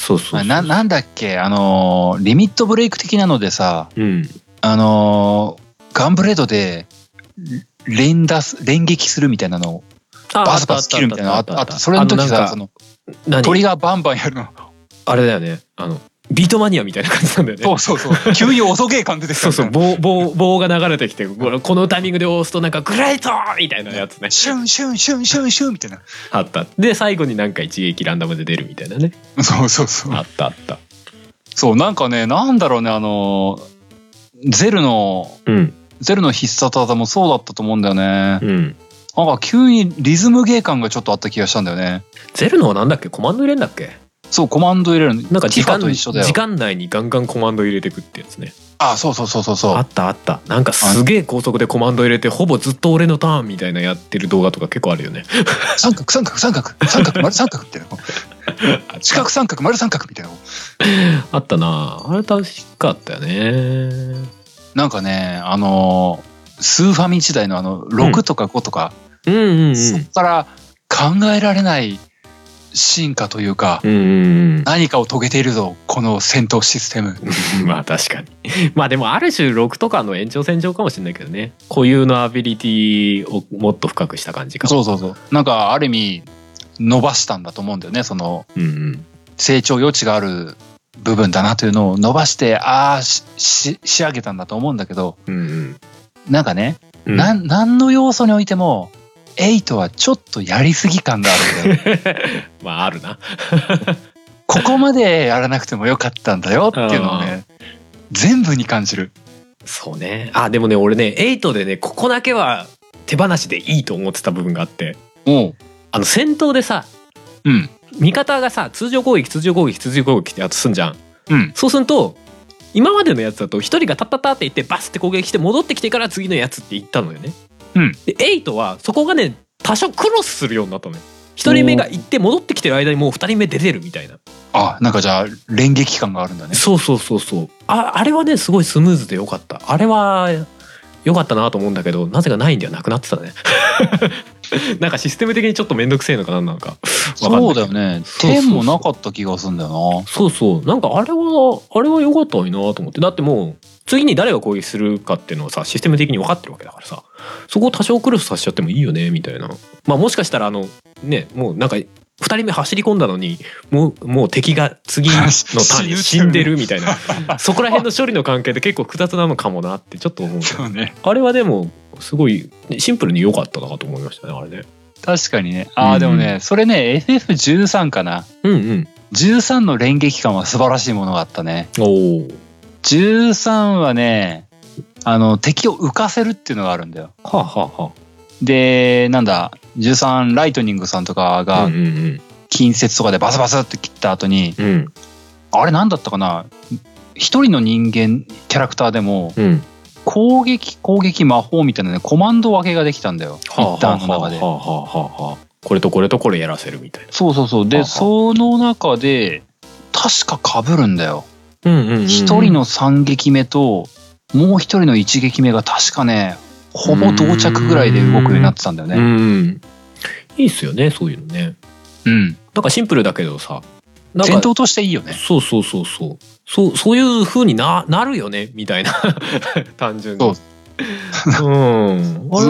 そうそうそう。 な、なんだっけ、あのー、リミットブレイク的なのでさ、うん、あのー、ガンブレードで連打す、連撃するみたいなのをバスバス切るみたいなのあった。それの時さ、そのトリガーバンバンやるの。 あれだよね。あのビートマニアみたいな感じなんだよね。 そうそうそう。急に遅げえ感じですよね。そうそう。棒棒棒が流れてきて、このタイミングで押すとなんかグレートみたいなやつね。 シュンシュンシュンシュンシュンみたいな。 あった。で最後になんか一撃ランダムで出るみたいなね。 そうそうそう。 あったあった。 そうなんかね、なんだろうね、あのゼルの、うん、ゼルの必殺技もそうだったと思うんだよね。うん。なんか急にリズムゲー感がちょっとあった気がしたんだよね。 ゼルのはなんだっけ、コマンド入れんだっけ。 そうコマンド入れるの。 なんか時間と一緒だよ。時間内にガンガンコマンド入れてくってやつね。 あ、そうそうそうそうそう。 あったあった。なんかすげえ高速でコマンド入れてほぼずっと俺のターンみたいなやってる動画とか結構あるよね。 三角三角三角三角丸三角みたいな。四角三角丸三角みたいな。 あったな。あれ楽しかったよね。 なんかね、あのスーファミ時代のあのろくとかごとか、うんうんうんうん、そこから考えられない進化というか、うんうんうん、何かを遂げているぞこの戦闘システム。 まあ確かに。まあでもある種ろくとかの延長線上かもしれないけどね。固有のアビリティをもっと深くした感じかも。 そうそうそう。なんかある意味伸ばしたんだと思うんだよね。その、うんうん、成長余地がある部分だなというのを伸ばしてああしし仕上げたんだと思うんだけど、うんうん、なんかね、うん、な何の要素においてもエイトはちょっとやりすぎ感があるんだよ。 まああるな。 ここまでやらなくてもよかったんだよっていうのをね、全部に感じる。 そうね。あ、でもね、俺ね、エイトでね、ここだけは手放しでいいと思ってた部分があって、おう、あの戦闘でさ、うん、味方がさ、通常攻撃通常攻撃通常攻撃ってやつすんじゃん。うん、そうすると今までのやつだと一人がタッタッタって言ってバスって攻撃して戻ってきてから次のやつって言ったのよね。うん、でエイトはそこがね多少クロスするようになったのね。一人目が行って戻ってきてる間にもう二人目出てるみたいな。 あ、なんかじゃあ連撃感があるんだね。 そうそうそうそう。あ、あれはねすごいスムーズでよかった。あれはよかったなと思うんだけど、なぜかないんではなくなってたね。なんかシステム的にちょっと面倒くせえのかな、なんか。 そうだよね。点もなかった気がするんだよな。 そうそう。なんかあれはあれは良かったのになと思って。だってもう次に誰が攻撃するかっていうのをさ、システム的に分かってるわけだからさ、そこを多少クロスさせちゃってもいいよねみたいな。まあもしかしたらあのね、もうなんかふたりめ走り込んだのにもうもう敵が次のターンに死んでるみたいな。そこら辺の処理の関係で結構複雑なのかもなってちょっと思う。そうね。あれはでもすごいシンプルに良かったなと思いましたね、あれね。 確かにね。ああ、うん、でもね、それね エフエフじゅうさん かな。うんうん。じゅうさんの連撃感は素晴らしいものがあったね。おお。じゅうさんはね、あの敵を浮かせるっていうのがあるんだよ。はあはあはあ。で、なんだ、じゅうさんライトニングさんとかが近接とかでバサバサって切った後に、うん、あれなんだったかな、一人の人間キャラクターでも、うん、攻撃攻撃魔法みたいなねコマンド分けができたんだよ、一旦の中で。 これとこれとこれやらせるみたいな。 そうそうそう。で、はあはあ、その中で確か被るんだよ。一人の三撃目ともう一人の一撃目が確かねほぼ同着ぐらいで動くようになってたんだよね。うん、 いいっすよね、そういうのね。うん。なんかシンプルだけどさ、 なんか戦闘としていいよね。 そうそうそうそう。そうそういう風にななるよねみたいな。単純に。そう。 うん。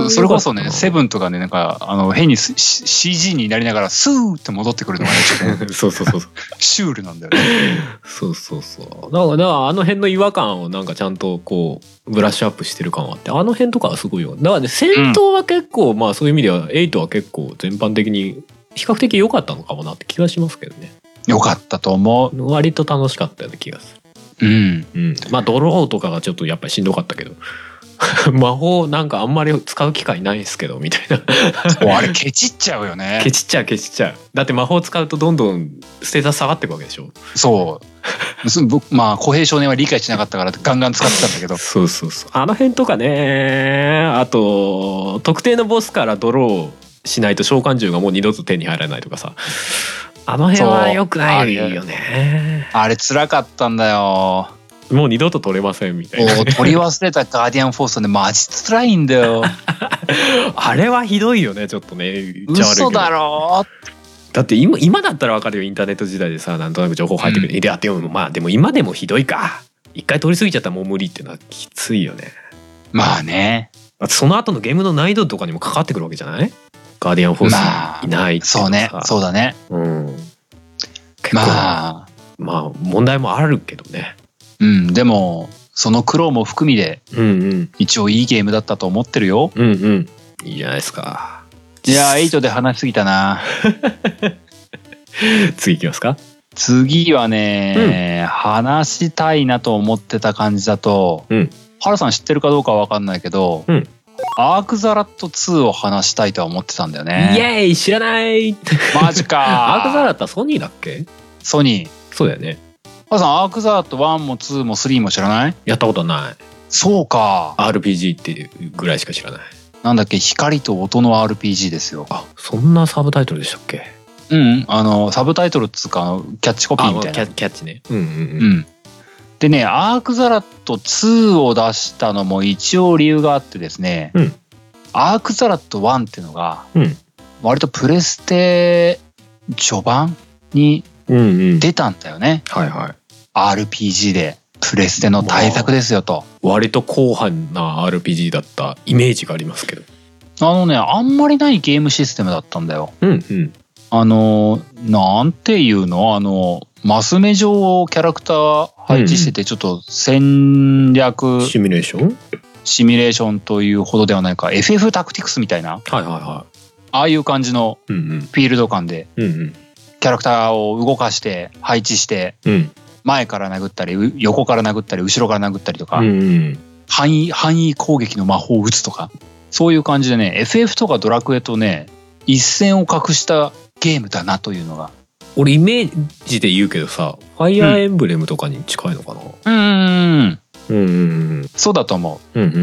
それこそね、セブンとかね、なんかあの変に シージー になりながらスーって戻ってくるのがね、ちょっとそうそうそうそう。シュールなんだよね。 そうそうそう。だからだからあの辺の違和感をなんかちゃんとこうブラッシュアップしてる感はあって、あの辺とかはすごいよ。だからね、戦闘は結構、うん、まあそういう意味ではエイトは結構全般的に比較的良かったのかもなって気がしますけどね。 良かったと思う。 割と楽しかったような気がする。うん、うん、まあドローとかがちょっとやっぱりしんどかったけど。魔法なんかあんまり使う機会ないですけどみたいな。 あれケチっちゃうよね。 ケチっちゃうケチっちゃう。だって魔法使うとどんどんステータス下がっていくわけでしょ。 そう僕まあ小平少年は理解しなかったからガンガン使ってたんだけど。 そうそうそう。あの辺とかね。あと特定のボスからドローしないと召喚獣がもう二度と手に入らないとかさ、あの辺は良くないよね。 あれ、あれ辛かったんだよ。 もう二度と取れませんみたいな。 取り忘れたガーディアンフォースでマジ辛いんだよ。 あれはひどいよね、ちょっとね。 嘘だろ。 だって今今だったら分かるよ、インターネット時代でさなんとなく情報入ってくる、うん、であってもまあでも今でもひどいか、一回通り過ぎちゃったらもう無理っていうのはきついよね。 まあね、 だってその後のゲームの難易度とかにもかかってくるわけじゃない？ガーディアンフォースいないっていうのはさ、まあ、 そうねそうだね、 うん、結構まあまあ問題もあるけどね。 うんでもその苦労も含みで、うんうん、一応いいゲームだったと思ってるよ。 うんうんいいじゃないですか。 いやーエイトで話しすぎたな次いきますか。 次はね、うん、話したいなと思ってた感じだと、うん、ハルさん知ってるかどうかは分かんないけど、うん、アークザラットツーを話したいとは思ってたんだよね。 イエーイ知らないマジかアークザラットはソニーだっけ？ ソニー。 そうだよね。 ハルさんアークザラットワンもツーもスリーも知らない？ やったことない。 そうかアールピージー っていうぐらいしか知らない。 なんだっけ、光と音の アールピージー ですよ。 あ、そんなサブタイトルでしたっけ？ うん、あのサブタイトルっつうかあのキャッチコピーみたいな。 キャ、キャッチね。うんうんうん。うん、 でね、アークザラットツーを出したのも一応理由があってですね、うん、アークザラットワンっていうのが、うん、割とプレステ序盤に出たんだよね。 うんうん、はいはい。 アールピージー でプレステの大作ですよと。 割と硬派な アールピージー だったイメージがありますけど。 あのね、あんまりないゲームシステムだったんだよ。 うんうん。 あのなんていうの、あのマス目上をキャラクター配置してて、ちょっと戦略、うん、 シミュレーションシミュレーションというほどではないか、 エフエフ タクティクスみたいな、 はいはいはい、 ああいう感じのフィールド感でキャラクターを動かして配置して、うん、前から殴ったり横から殴ったり後ろから殴ったりとか、うんうん、範囲範囲攻撃の魔法を打つとか、そういう感じでね、 エフエフ とかドラクエとね一線を画したゲームだなというのが。 俺イメージで言うけどさ、ファイアーエンブレムとかに近いのかな。 うんうんうんうんそうだと思う。うんうんうんうん。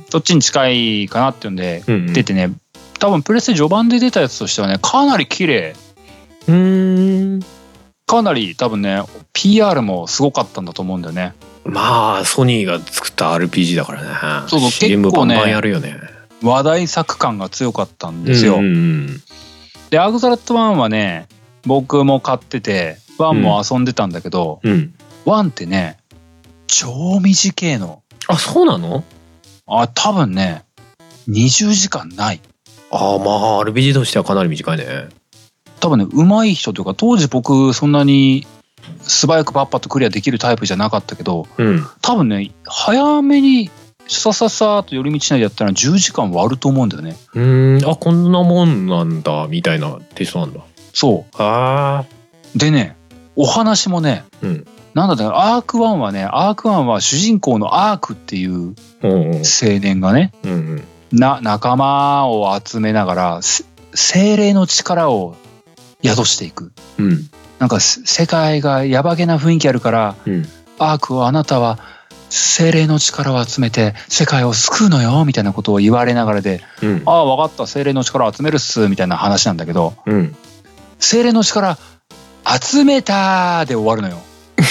そっちに近いかなっていうんで、うんうん、出てね、多分プレステ序盤で出たやつとしてはね、かなり綺麗。 うーん。 かなり多分ね ピーアール もすごかったんだと思うんだよね。 まあソニーが作った アールピージー だからね。 そうそう、 シーエム バンバンやるよね。 話題作感が強かったんですよ。うんうんうん、でアークザラットワンはね僕も買っててワンも遊んでたんだけど、うん、ワンってね超短いの。 あ、そうなの？ あ、多分ねにじゅうじかんない。 ああ、まあ アールピージー としてはかなり短いね。 多分ね上手い人というか、当時僕そんなに素早くパッパとクリアできるタイプじゃなかったけど、うん、多分ね早めにさささーっと寄り道しないでやったらじゅうじかん割ると思うんだよね。 うーん、あ、こんなもんなんだみたいなテイストなんだ。 そう。 あでね、お話もね、うん、なんだったらアークワンはね、アークワンは主人公のアークっていう青年がね、うんうん、な仲間を集めながら精霊の力を宿していく。うん、なんか世界がやばげな雰囲気あるから、うん、アークはあなたは精霊の力を集めて世界を救うのよみたいなことを言われながらで、うん、ああ分かった、精霊の力を集めるっすみたいな話なんだけど、うん、精霊の力集めたで終わるのよ。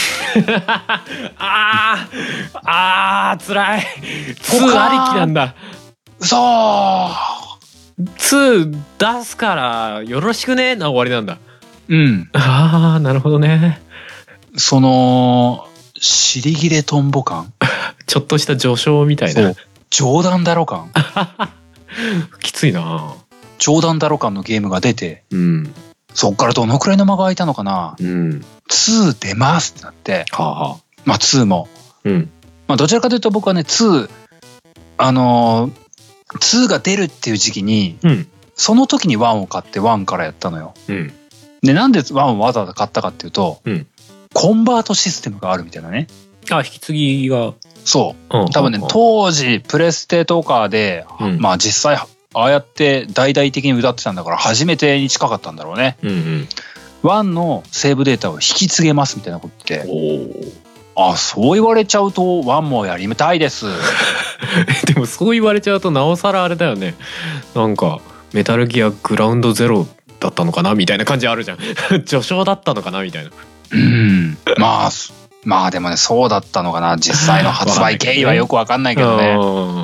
あーあー辛い。ツーありきなんだ。 嘘。 ツー出すからよろしくねな終わりなんだ。 うん。 ああなるほどね。 その尻切れトンボ感ちょっとした序章みたいな。そう冗談だろ感きついな。 冗談だろ感のゲームが出て、うん、そっからどのくらいの間が空いたのかな、うん、ツー出ますってなって、はあはあ、まあツーも、うんまあ、どちらかというと僕はねツーあのー、ツーが出るっていう時期に、うん、その時にワンを買ってワンからやったのよ、うん、でなんでワンをわざわざ買ったかっていうと、うん、コンバートシステムがあるみたいなね。 あ、引き継ぎが。 そう、うん、多分ね、うん、当時プレステとかで、うん、まあ実際ああやって大々的に歌ってたんだから初めてに近かったんだろうね。うんうん、ワンのセーブデータを引き継げますみたいなことって、あ、そう言われちゃうとワンもやりたいですでもそう言われちゃうとなおさらあれだよね。なんかメタルギアグラウンドゼロだったのかなみたいな感じあるじゃん序章だったのかなみたいな。 うんまあまあでもねそうだったのかな、実際の発売経緯はよくわかんないけどね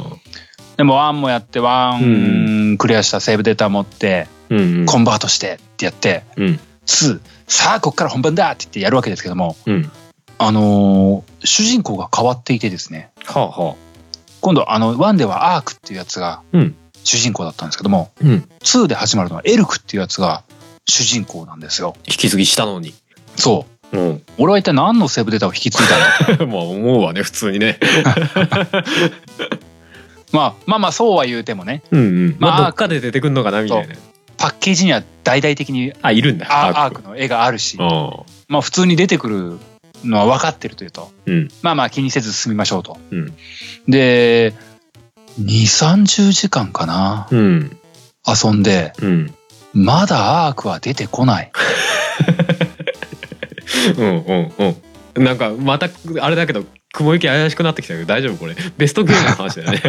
でもワンもやってワンクリアしたセーブデータ持って、うんうん、コンバートしてってやって、 うん、 ツーさあこっから本番だって言ってやるわけですけども、 うん、 あのー、主人公が変わっていてですね、 はあはあ、 今度あのワンではアークっていうやつが主人公だったんですけども、 うん、 ツーで始まるのはエルクっていうやつが主人公なんですよ。 引き継ぎしたのに。 そう、うん、俺は一体何のセーブデータを引き継いだんだまあ思うわね普通にねまあまあまあそうは言うてもね、 うんうん、まあどっかで出てくるのかなみたいな。 パッケージには大々的にあいるんだアークの絵があるし、まあ普通に出てくるのは分かってるというと、 うん、 まあまあ気にせず進みましょうと、 うん、 でにじゅうさんじゅうじかんかな、 うん、 遊んで、 うん、 まだアークは出てこないうんうんうん、なんかまたあれだけど雲行き怪しくなってきたけど大丈夫これベストゲームの話だよね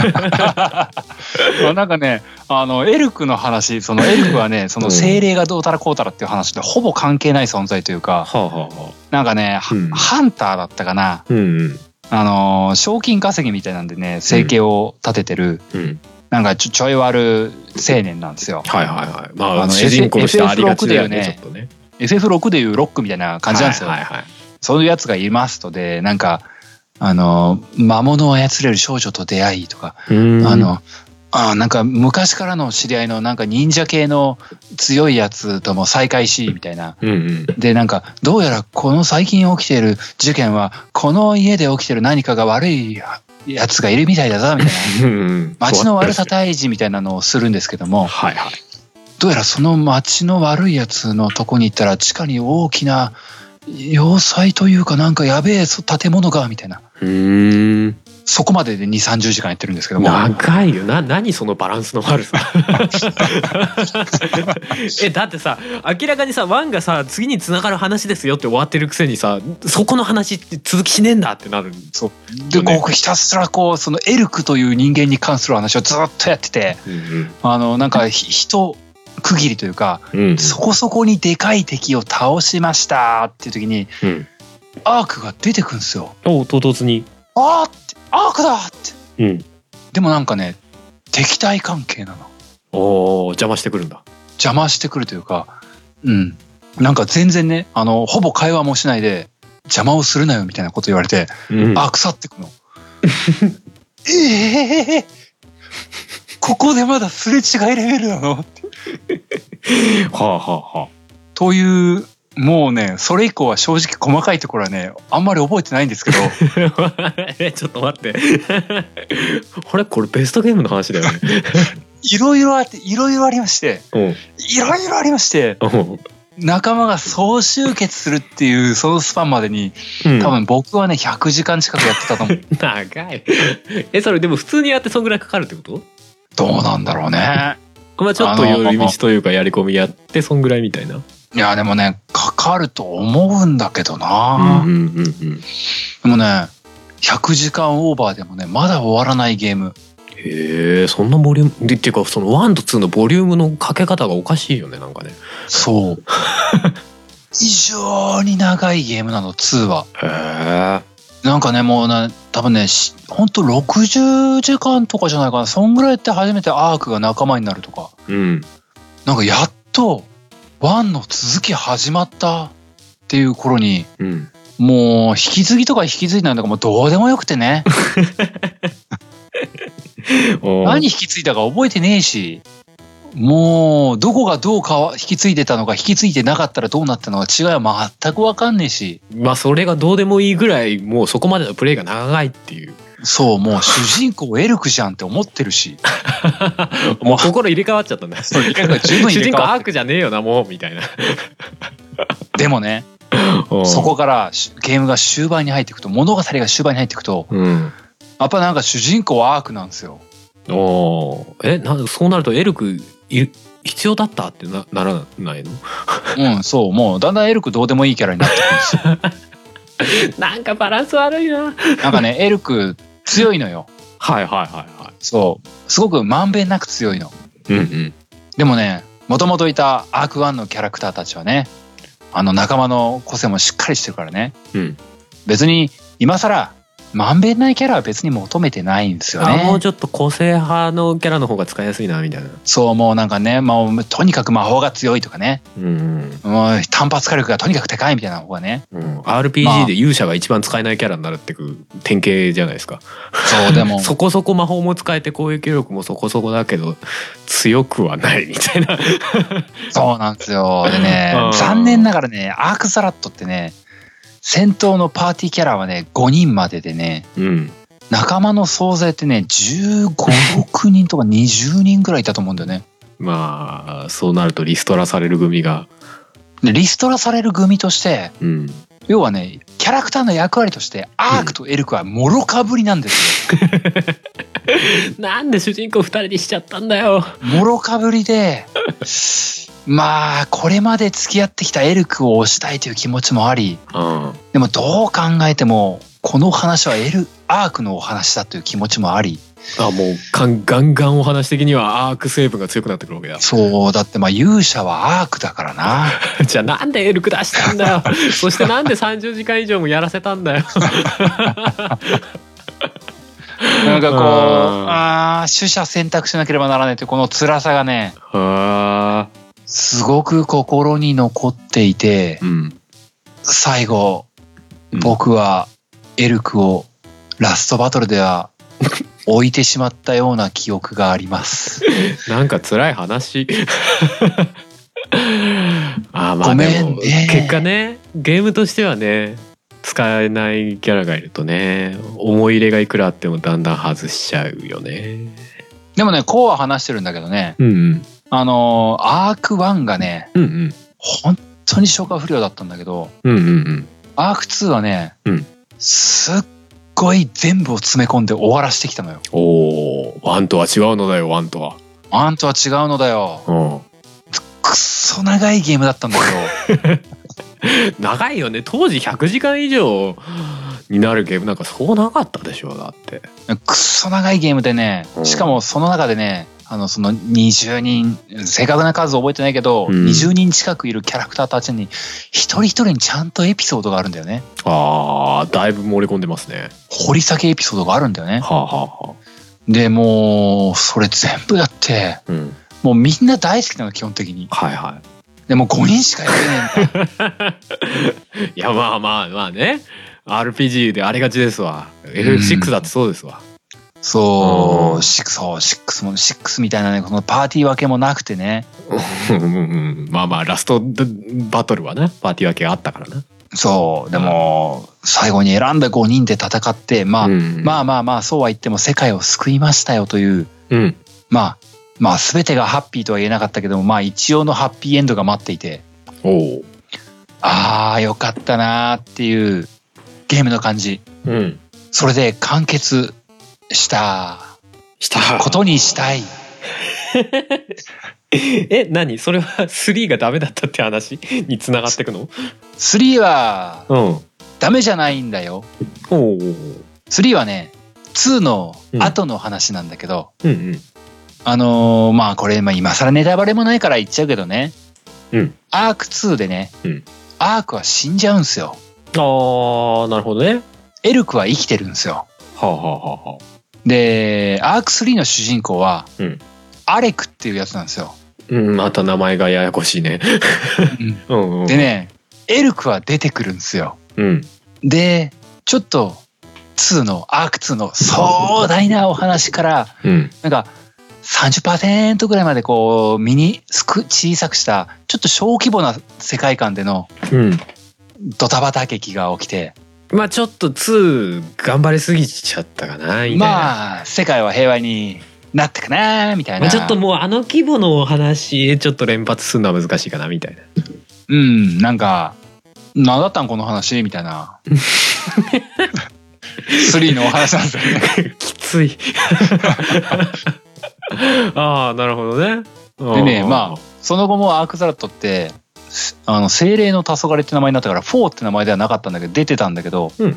まあなんかねあのエルクの話、そのエルクはねその精霊がどうたらこうたらっていう話でほぼ関係ない存在というか、 はあはあ、 なんかね、うん、ハンターだったかな、 うんうん、 あの賞金稼ぎみたいなんでね生計を立ててる、うんうん、なんかちょ、ちょい悪青年なんですよ。 はいはいはい。まあ、あの主人公としてありがちだよね。ちょっとね。 エフエフろく でいうロックみたいな感じなんですよ。はいはいはい、そういうやつがいますとで、なんかあの魔物を操れる少女と出会いとか、あのあなんか昔からの知り合いのなんか忍者系の強いやつとも再会しみたいな、 うんうん、 でなんかどうやらこの最近起きている事件はこの家で起きている何かが悪いやつがいるみたいだぞみたいな街の悪さ退治みたいなのをするんですけども、 はいはい、 どうやらその街の悪いやつのとこに行ったら地下に大きな要塞というかなんかやべえ建物がみたいな、 うーんそこまででにじゅうさんじゅうじかんやってるんですけども、 長いよな。何そのバランスの悪さえだってさ明らかにさワンがさ次に繋がる話ですよって終わってるくせにさそこの話って続きしねえんだってなる。 そうで、ね、こうひたすらこうそのエルクという人間に関する話をずっとやってて、うんうん、あのなんか人区切りというか、うんうん、そこそこにでかい敵を倒しましたっていう時に、うん、アークが出てくるんですよ。 お唐突にあーってアークだって、 うん、 でもなんかね敵対関係なの。 お邪魔してくるんだ。 邪魔してくるというか、うんなんか全然ねあのほぼ会話もしないで邪魔をするなよみたいなこと言われて、うん、あ腐ってくのええー、ここでまだすれ違いレベルなのってはあはあはあというもうねそれ以降は正直細かいところはねあんまり覚えてないんですけどえちょっと待ってあれこれベストゲームの話だよねいろいろあっていろいろありましていろいろありまして仲間が総集結するっていうそのスパンまでに、うん、多分僕はねひゃくじかん近くやってたと思う長いえそれでも普通にやってそんぐらいかかるってこと？どうなんだろうねまあちょっと寄り道というかやり込みやってそんぐらいみたいな。 いやでもねかかると思うんだけどな、 うんうんうんうん、でもねひゃくじかんオーバーでもねまだ終わらないゲーム。 へえそんなボリュームでっていうかそのワンとツーのボリュームのかけ方がおかしいよねなんかね。 そう異常に長いゲームなのツーは。 へえなんかねもうね多分ねほんとろくじゅうじかんとかじゃないかなそんぐらいって初めてアークが仲間になるとか、 うん、 なんかやっとワンの続き始まったっていう頃に、うん、もう引き継ぎとか引き継いだんだかもうどうでもよくてね何引き継いだか覚えてねえしもうどこがどうか引き継いでたのか引き継いでなかったらどうなったのか違いは全く分かんねえし、 まあそれがどうでもいいぐらいもうそこまでのプレイが長いっていう。 そうもう主人公エルクじゃんって思ってるしもう心入れ替わっちゃったんだそう十分入れ替わって主人公アークじゃねえよなもうみたいなでもねそこからゲームが終盤に入っていくと物語が終盤に入っていくと、うん、やっぱなんか主人公はアークなんですよ。 おえなそうなるとエルクい必要だったって な, ならないのうんそうもうだんだんエルクどうでもいいキャラになってくるんですよなんかバランス悪いな。 なんかねエルク強いのよ。 はいはいはいはい。 そうすごくまんべんなく強いの。 うんうん。 でもねもともといたアークワンのキャラクターたちはねあの仲間の個性もしっかりしてるからね、 うん、 別に今更まんべんないキャラは別に求めてないんですよね。 あ、もうちょっと個性派のキャラの方が使いやすいなみたいな。 そう、もうなんかね、まあ、とにかく魔法が強いとかね、 うんうん、 もう単発火力がとにかく高いみたいな方がね、 うん、アールピージー で勇者が一番使えないキャラになるってく典型じゃないですか。 そう、でもそこそこ魔法も使えて攻撃力もそこそこだけど強くはないみたいな。 そうなんですよ。でね、残念ながらね、アークザラットってね、戦闘のパーティーキャラはねごにんまででね、うん、仲間の総勢ってねじゅうご、ろくにんとかにじゅうにんぐらいいたと思うんだよね。 まあそうなるとリストラされる組が、 でリストラされる組として、うん、要はねキャラクターの役割としてアークとエルクはもろかぶりなんですよ、 うん、なんで主人公ふたりにしちゃったんだよ。 もろかぶりでまあこれまで付き合ってきたエルクを推したいという気持ちもあり、うん、でもどう考えてもこの話はエルアークのお話だという気持ちもあり、 あ、もうガンガンガンお話的にはアーク成分が強くなってくるわけだ。 そうだって、まあ勇者はアークだからな。 じゃあなんでエルク出したんだよ。そしてなんでさんじゅうじかん以上もやらせたんだよ。 なんかこう、ああ取捨選択しなければならないというこの辛さがね、すごく心に残っていて、うん、最後、うん、僕はエルクをラストバトルでは置いてしまったような記憶があります。 なんか辛い話。あ、まあでも結果ね、ゲームとしてはね使えないキャラがいるとね、思い入れがいくらあってもだんだん外しちゃうよね。 でもねこうは話してるんだけどね、うんうん、あのアークワンがね、うんうん、本当に消化不良だったんだけど、うんうんうん、アークツーはね、うん、すっごい全部を詰め込んで終わらしてきたのよ。 おー、ワンとは違うのだよ。ワンとはワンとは違うのだよ。くっそ長いゲームだったんだけど。 長いよね。当時ひゃくじかん以上になるゲームなんかそうなかったでしょ。だってくっそ長いゲームでね、しかもその中でね、あのそのにじゅうにん、正確な数覚えてないけど、うん、にじゅうにん近くいるキャラクターたちに一人一人にちゃんとエピソードがあるんだよね。 あー、だいぶ盛り込んでますね。 掘り下げエピソードがあるんだよね。 はあはあはあ、でもうそれ全部やって、うん、もうみんな大好きなの基本的に。 はいはい。 でもごにんしかやってねえんだ。 いやまあまあまあね、 アールピージー でありがちですわ。 エフエフシックス だってそうですわ。 そう、そうシックスもシックスみたいなね、このパーティー分けもなくてね。 まあまあラストバトルはねパーティー分けがあったからな。 そう、でも最後に選んだごにんで戦って、まあ、うん、まあまあまあそうは言っても世界を救いましたよという、うん、まあまあ全てがハッピーとは言えなかったけども、まあ一応のハッピーエンドが待っていて、おああよかったなーっていうゲームの感じ、うん、それで完結したしたことにしたい。 え、何それはスリーがダメだったって話に繋がってくの？ スリーはダメじゃないんだよ。うん、スリーはねツーの後の話なんだけど、うんうんうん、あのー、まあこれ、まあ、今更ネタバレもないから言っちゃうけどね、うん、アークツーでね、うん、アークは死んじゃうんすよ。 あー、なるほどね。 エルクは生きてるんですよ。 はあはあはあ、 でアークスリーの主人公は、うん、アレクっていうやつなんですよ。 うん、また名前がややこしいね。 うんうんうん、でねエルクは出てくるんですよ。うん、でちょっとツーのアークツーの壮大なお話から、うん、なんか さんじゅっパーセント ぐらいまでこうミニすく小さくしたちょっと小規模な世界観でのドタバタ劇が起きて、 まあちょっとツー頑張りすぎちゃったかなみたいな。 まあ世界は平和になったかなみたいな、 まあ、ちょっともうあの規模のお話ちょっと連発するのは難しいかなみたいな。 うん、なんか何だったんこの話みたいな。スリーのお話なんですよね。 きつい。ああなるほどね。 でね、まあその後もアークザラットってあの精霊の黄昏って名前になったからフォーって名前ではなかったんだけど出てたんだけど、うん、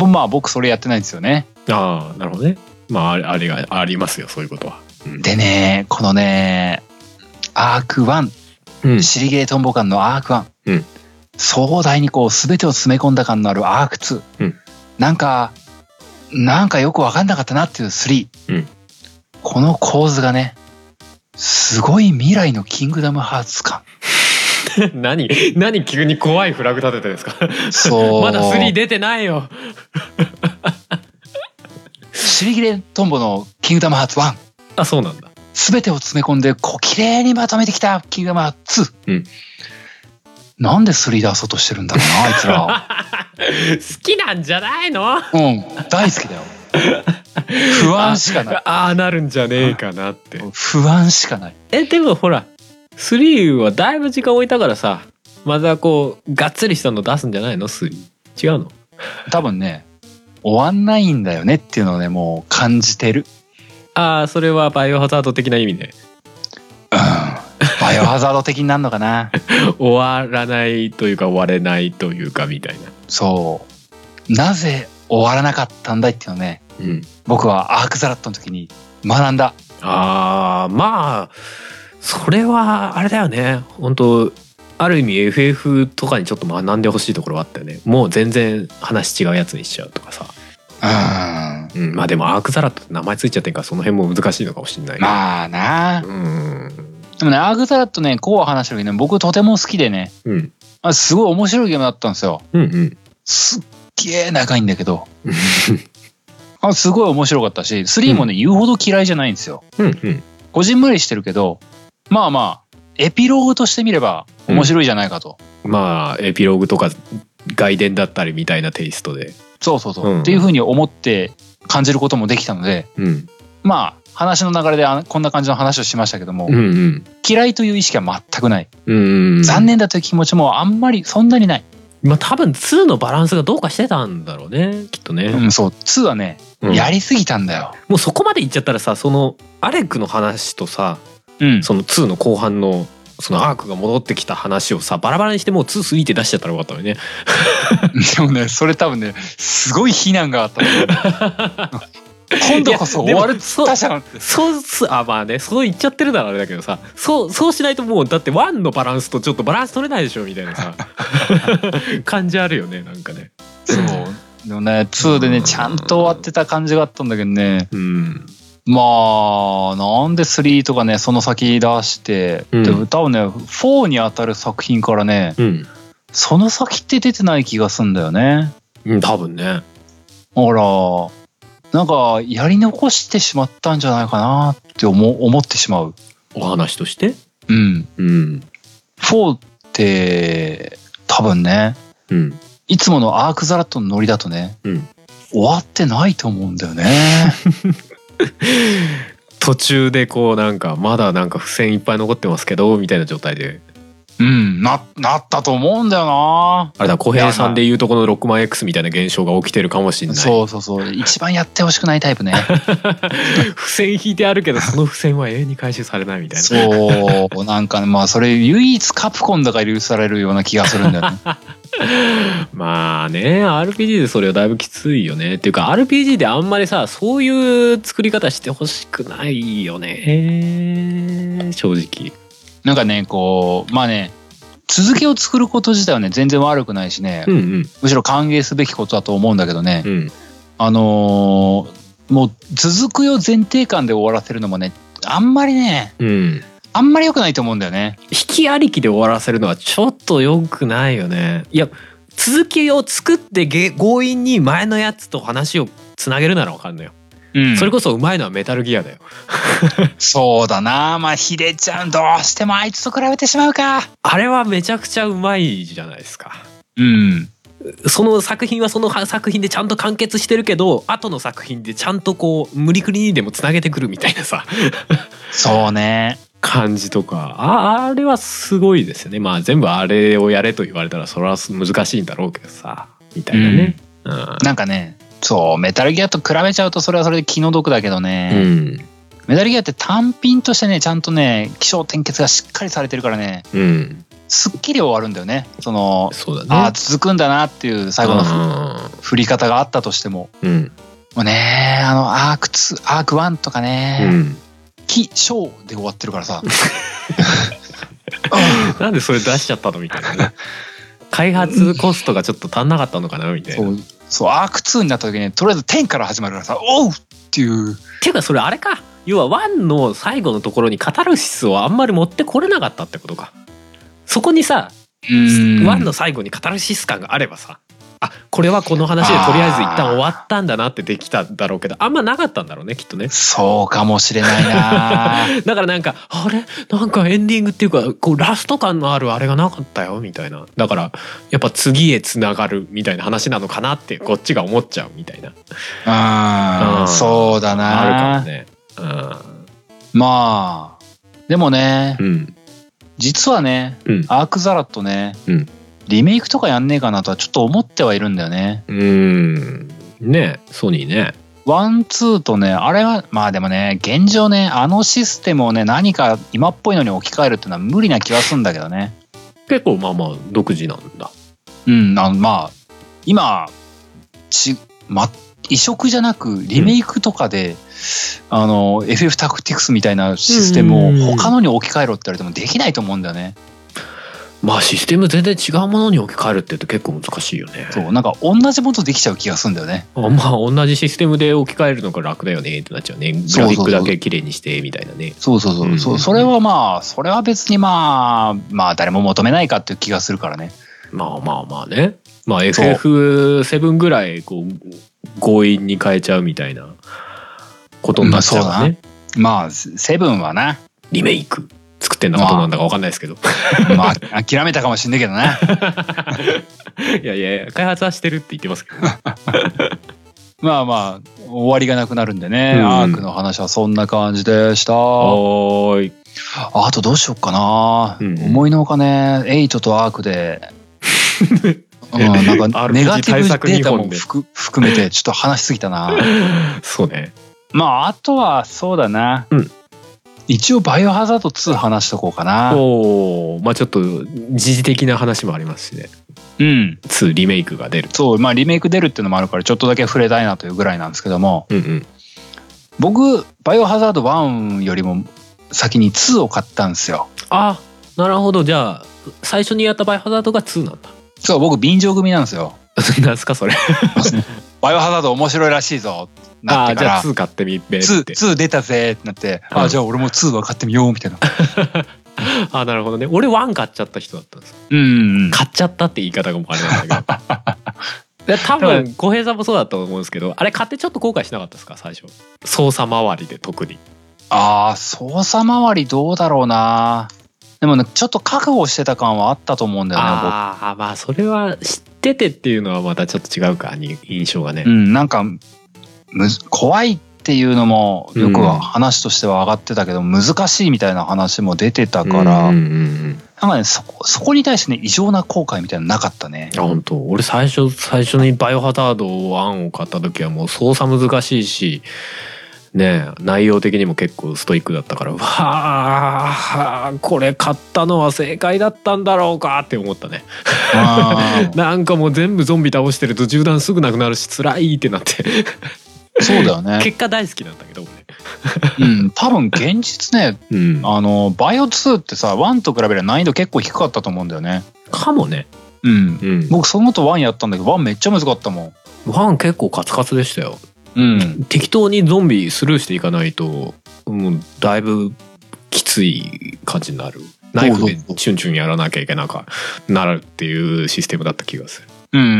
まあ僕それやってないんですよね。 ああなるほどね。まああれがありますよそういうことは。 うん、でねこのねアークワン、うん、シリゲートンボ感のアークワン、うん、壮大にこう全てを詰め込んだ感のあるアークツー、うん、なんかなんかよく分かんなかったなっていうスリー、うん、この構図がねすごい未来のキングダムハーツ感何何急に怖いフラグ立ててるんですかそうまだスリー出てないよしびきれトンボのキングダムハーツワン。 あ、そうなんだ。 全てを詰め込んでこう綺麗にまとめてきたキングダムハーツツー、うん、なんでスリー出そうとしてるんだろうなあいつら好きなんじゃないの？ うん大好きだよ不安しかない。 ああなるんじゃねえかなって不安しかない。 えでもほらスリーはだいぶ時間置いたからさ、またこうがっつりしたの出すんじゃないの？スリー違うの？ 多分ね終わんないんだよねっていうのをねもう感じてる。 ああそれはバイオハザード的な意味で、 うんバイオハザード的になるのかな終わらないというか終われないというかみたいな。 そうなぜ終わらなかったんだいっていうのね、うん、僕はアークザラットの時に学んだ。 あーまあそれはあれだよね本当ある意味 エフエフ とかにちょっと学んでほしいところはあったよね。もう全然話違うやつにしちゃうとかさ。うん、うん、まあでもアークザラットって名前ついちゃってるからその辺も難しいのかもしれない。 まあなうんでもねアークザラットねこうは話してるけどね僕とても好きでね、うん、あすごい面白いゲームだったんですよ、うんうん、すっげえ長いんだけどあすごい面白かったしスリーもね、うん、言うほど嫌いじゃないんですよ、うんうん、こじんまりしてるけどまあまあエピローグとして見れば面白いじゃないかと、 うん、まあエピローグとか外伝だったりみたいなテイストでそうそうそう、うん、っていう風に思って感じることもできたので、うん、まあ話の流れでこんな感じの話をしましたけども、うんうん、嫌いという意識は全くない、うんうん、残念だという気持ちもあんまりそんなにない。 まあ多分ツーのバランスがどうかしてたんだろうねきっとね。 うんそうツーはね、うん、やりすぎたんだよ。 もうそこまでいっちゃったらさそのアレックの話とさ、うん、そのツーの後半のそのアークが戻ってきた話をさバラバラにしてもうツー、スリーって出しちゃったらよかったのにねでもねそれ多分ねすごい非難があったの今度こそ終わるっつったじゃんって。 そうそうあまあねそう言っちゃってるならあれだけどさそうそうしないともうだってワンのバランスとちょっとバランス取れないでしょみたいなさ感じあるよねなんかね。 そうでもねツーでねちゃんと終わってた感じがあったんだけどね、うん、まあなんでスリーとかねその先出して、うん、で多分ねフォーに当たる作品からね、うん、その先って出てない気がすんだよね、 うん、多分ね。 ほらなんかやり残してしまったんじゃないかなって思思ってしまうお話として。 うん、うん、フォーって多分ね、うん、いつものアークザラットのノリだとね、うん、終わってないと思うんだよね途中でこうなんかまだなんか付箋いっぱい残ってますけどみたいな状態でうんななったと思うんだよな。 あれだ小平さんでいうとこのロックマン X みたいな現象が起きてるかもしれない。 そうそうそう一番やってほしくないタイプね付箋引いてあるけどその付箋は永遠に回収されないみたいな。 そうなんかねまあそれ唯一カプコンだから許されるような気がするんだよねまあね アールピージー でそれはだいぶきついよねっていうか アールピージー であんまりさそういう作り方してほしくないよね正直。 なんかねこうまあね続きを作ること自体はね全然悪くないしね、うんうん、むしろ歓迎すべきことだと思うんだけどね、うん、あのー、もう続くよ前提感で終わらせるのもねあんまりね、うん、あんまり良くないと思うんだよね。 引きありきで終わらせるのはちょっと良くないよね。いや続きを作って強引に前のやつと話をつなげるならわかんないよ。うん、それこそうまいのはメタルギアだよそうだなまあヒデちゃんどうしてもあいつと比べてしまうか。 あれはめちゃくちゃうまいじゃないですか。 うんその作品はその作品でちゃんと完結してるけど後の作品でちゃんとこう無理くりにでもつなげてくるみたいなさそうね感じとか あ, あれはすごいですよね。まあ全部あれをやれと言われたらそれは難しいんだろうけどさみたいなね、 うんうん、なんかねそうメタルギアと比べちゃうとそれはそれで気の毒だけどね、うん、メタルギアって単品としてねちゃんとね起承転結がしっかりされてるからね、うん、すっきり終わるんだよね。そのそうだね、あ続くんだなっていう最後の振り方があったとしても、うん、もうねあのアークツーアークワンとかね、うん、起承で終わってるからさなんでそれ出しちゃったのみたいなね開発コストがちょっと足んなかったのかなみたいな。 そうそう、アークツーになった時にとりあえずテンから始まるからさ、おうっていう。 っていうかそれあれか、要はワンの最後のところにカタルシスをあんまり持ってこれなかったってことか。そこにさ、ワンの最後にカタルシス感があればさ、あ、これはこの話でとりあえず一旦終わったんだなってできたんだろうけど、あんまなかったんだろうね、きっとね。 そうかもしれないな。 だからなんかあれなんかエンディングっていうかこうラスト感のあるあれがなかったよみたいな。だからやっぱ次へつながるみたいな話なのかなってこっちが思っちゃうみたいな。 ああ、そうだな。 あるかもね。うん、 まあでもね、うん、実はね、うん、アークザラットね、うん、リメイクとかやんねえかなとはちょっと思ってはいるんだよね。 うーん。ね、ソニーね。 ワン、ツーとね、あれは、まあでもね、現状ね、あのシステムをね、何か今っぽいのに置き換えるっていうのは無理な気はするんだけどね。 結構まあまあ独自なんだ。 うん、あのまあ、今、ち、ま、移植じゃなくリメイクとかで、うん、あの、エフエフ タクティクスみたいなシステムを他のに置き換えろって言われてもできないと思うんだよね。 まあシステム全然違うものに置き換えるって言うと結構難しいよね。 そう、なんか同じものできちゃう気がするんだよね。 あ、まあ同じシステムで置き換えるのが楽だよねってなっちゃうね。グラフィックだけ綺麗にしてみたいなね。 そうそうそう。うん、そ, それはまあそれは別にまあまあ誰も求めないかっていう気がするからね。 まあまあまあね。まあ エフエフセブン ぐらいこう強引に変えちゃうみたいなことになっちゃうね。まあ、そうだまあセブンはなリメイク。作ってんのかどうなんだか分かんないですけど、 まあ、まあ、諦めたかもしんないけどね。 いやいや開発はしてるって言ってますけど、ね、 まあまあ終わりがなくなるんでね、うん、アークの話はそんな感じでした。 はい。 あとどうしよっかな、うん、思いのほかねエイトとアークでうん、なんかネガティブデータも含めてちょっと話しすぎたな。 そうね。 まああとはそうだな、うん、一応バイオハザードツー話しとこうかな。 おお、まあちょっと時事的な話もありますしね。うん。ツーリメイクが出る。 そう、まあリメイク出るっていうのもあるからちょっとだけ触れたいなというぐらいなんですけども、うんうん、僕バイオハザードワンよりも先にツーを買ったんですよ。 あ、なるほど。じゃあ最初にやったバイオハザードがツーなんだ。 そう、僕便乗組なんですよ。 なんすかそれ。 バイオハザード面白いらしいぞ。 なってから、あ、じゃあツー買ってみべって。 ツー、ツー出たぜってなって、うん、あ、じゃあ俺もツーは買ってみようみたいな。 あ、なるほどね。俺ワン買っちゃった人だったんです。 うん、 買っちゃったって言い方がもうあれなんだけど。多分小平さんもそうだったと思うんですけど、あれ買ってちょっと後悔しなかったですか最初。操作周りで特に。 ああ、操作周りどうだろうな。でもね、ちょっと覚悟してた感はあったと思うんだよね。 ああ、まあそれは知っててっていうのはまたちょっと違うか、印象がね。 うん、なんかむ怖いっていうのもよくは話としては上がってたけど、うん、難しいみたいな話も出てたから、うんうんうん、なんかね、そこ、そこに対してね異常な後悔みたいなのなかったね。 あ、本当。俺最初最初にバイオハザードワンを買った時はもう操作難しいしね、内容的にも結構ストイックだったから、わあこれ買ったのは正解だったんだろうかって思ったね。なんかもう全部ゾンビ倒してると銃弾すぐなくなるし辛いってなって。 そうだよね。 結果大好きなんだけど俺。うん、多分現実ね、うん、あのバイオツーってさワンと比べれば難易度結構低かったと思うんだよね。 かもね。 うん、うん、僕その後ワンやったんだけどワンめっちゃ難かったもん。ワン結構カツカツでしたよ。 うん、 適当にゾンビスルーしていかないともうだいぶきつい感じになる。ナイフでチュンチュンやらなきゃいけなくなるっていうシステムだった気がする。 うん、うん、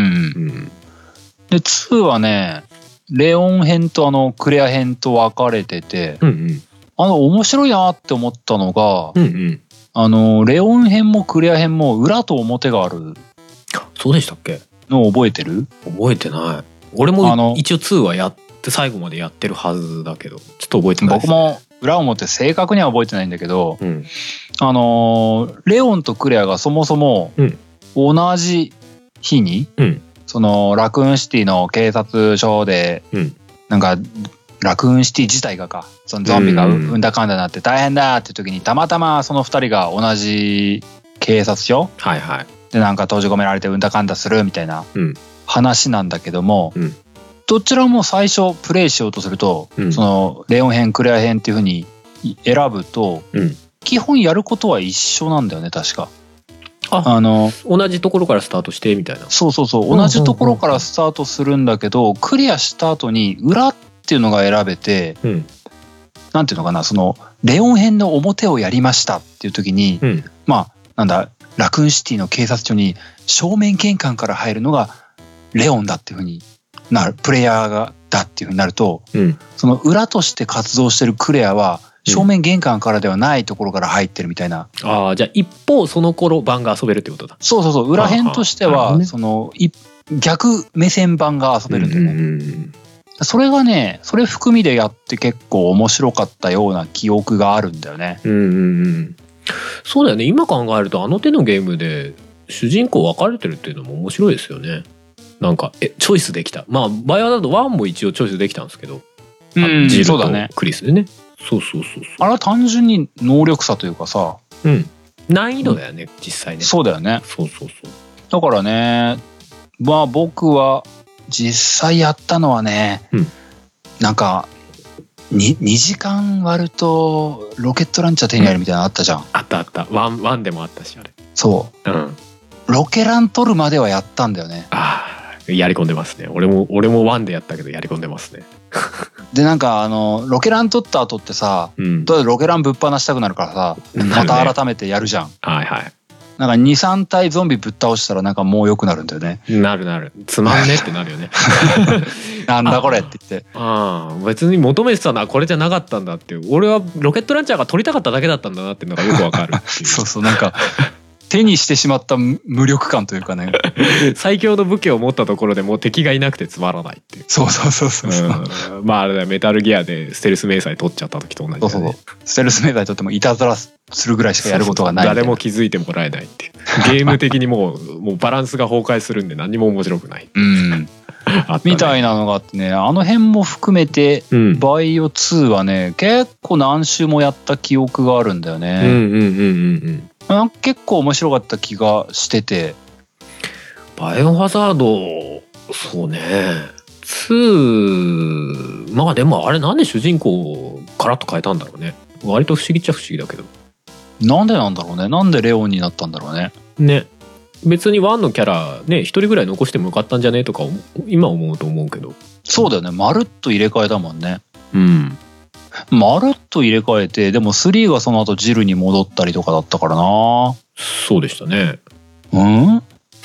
でツーはねレオン編とあのクレア編と分かれてて、うんうん、あの面白いなって思ったのが、うんうん、あのレオン編もクレア編も裏と表がある。 そうでしたっけの覚えてる？ 覚えてない。俺も一応ツーはやって最後までやってるはずだけどちょっと覚えてないです、ね、 僕も裏表正確には覚えてないんだけど、うん、あのレオンとクレアがそもそも同じ日に、うん、そのラクーンシティの警察署で、うん、なんかラクーンシティ自体がかそのゾンビがうんだかんだなって大変だって時にたまたまそのふたりが同じ警察署、はいはい、でなんか閉じ込められてうんだかんだするみたいな話なんだけども、うん、どちらも最初プレイしようとすると、うん、そのレオン編クレア編っていう風に選ぶと、うん、基本やることは一緒なんだよね確か。 ああの同じところからスタートしてみたいな。 そうそうそう、同じところからスタートするんだけど、クリアした後に裏っていうのが選べて、うん、なんていうのかな、そのレオン編の表をやりましたっていう時に、うん、まあなんだラクーンシティの警察署に正面玄関から入るのがレオンだっていうふうになる、プレイヤーがだっていうふうになると、うん、その裏として活動してるクレアは正面玄関からではないところから入ってるみたいな。 うん、ああ、じゃあ一方その頃版が遊べるってことだ。 そうそうそう、裏編としては、ね、その逆目線版が遊べるんだよね。うんうんうん、それがね、それ含みでやって結構面白かったような記憶があるんだよね。 うんうんうん。そうだよね。今考えるとあの手のゲームで主人公分かれてるっていうのも面白いですよね。なんかえチョイスできた。まあバイオハザードワンも一応チョイスできたんですけど、 うん、 ジルとクリスでね。そうそうそうそう。 あれは単純に能力差というかさ、 うん、難易度だよね、うん、実際ね。 そうだよね。 そうそうそう。 だからね、まあ僕は実際やったのはね、うん、なんかににじかん割るとロケットランチャー手に入るみたいなのあったじゃん。うん、 あったあった。ワンワンでもあったしあれ。 そう。うん。ロケラン取るまではやったんだよね。 ああ、やり込んでますね。俺も俺もワンでやったけどやり込んでますね。 でなんかあのロケラン取った後ってさ、うん、とりあえずロケランぶっ放したくなるからさ、ね、また改めてやるじゃん。 はいはい。 なんかにさん体ゾンビぶっ倒したらなんかもう良くなるんだよね。 なるなる。つまんねってなるよね。 なんだこれって言って。 ああ、別に求めてたのはこれじゃなかったんだっていう。俺はロケットランチャーが取りたかっただけだったんだなっていうのがよくわかるっていう。 そうそう、なんか手にしてしまった無力感というかね。 最強の武器を持ったところでもう敵がいなくてつまらないっていう。 そうそうそうそうそう、 うん、まああれだ、メタルギアでステルス迷彩取っちゃった時と同じだね。そうそうそう、 ステルス迷彩取ってもいたずらするぐらいしかやることがない。 そうそうそう、誰も気づいてもらえないっていう。ゲーム的にもうもうバランスが崩壊するんで何も面白くない。うん。ね、 みたいなのがあってね、あの辺も含めて、うん、バイオツーはね結構何周もやった記憶があるんだよね。うんうんうんうんうん。結構面白かった気がしてて。 バイオハザード、そうね、ツー、まあでもあれなんで主人公をカラッと変えたんだろうね。割と不思議っちゃ不思議だけど。 なんでなんだろうね。なんでレオンになったんだろうね。 ね、別にワンのキャラね一人ぐらい残してもよかったんじゃねとか今思うと思うけど。 そうだよね、まるっと入れ替えだもんね。 うん、 まるっと入れ替えて、でもスリーがその後ジルに戻ったりとかだったからな。 そうでしたね。 うん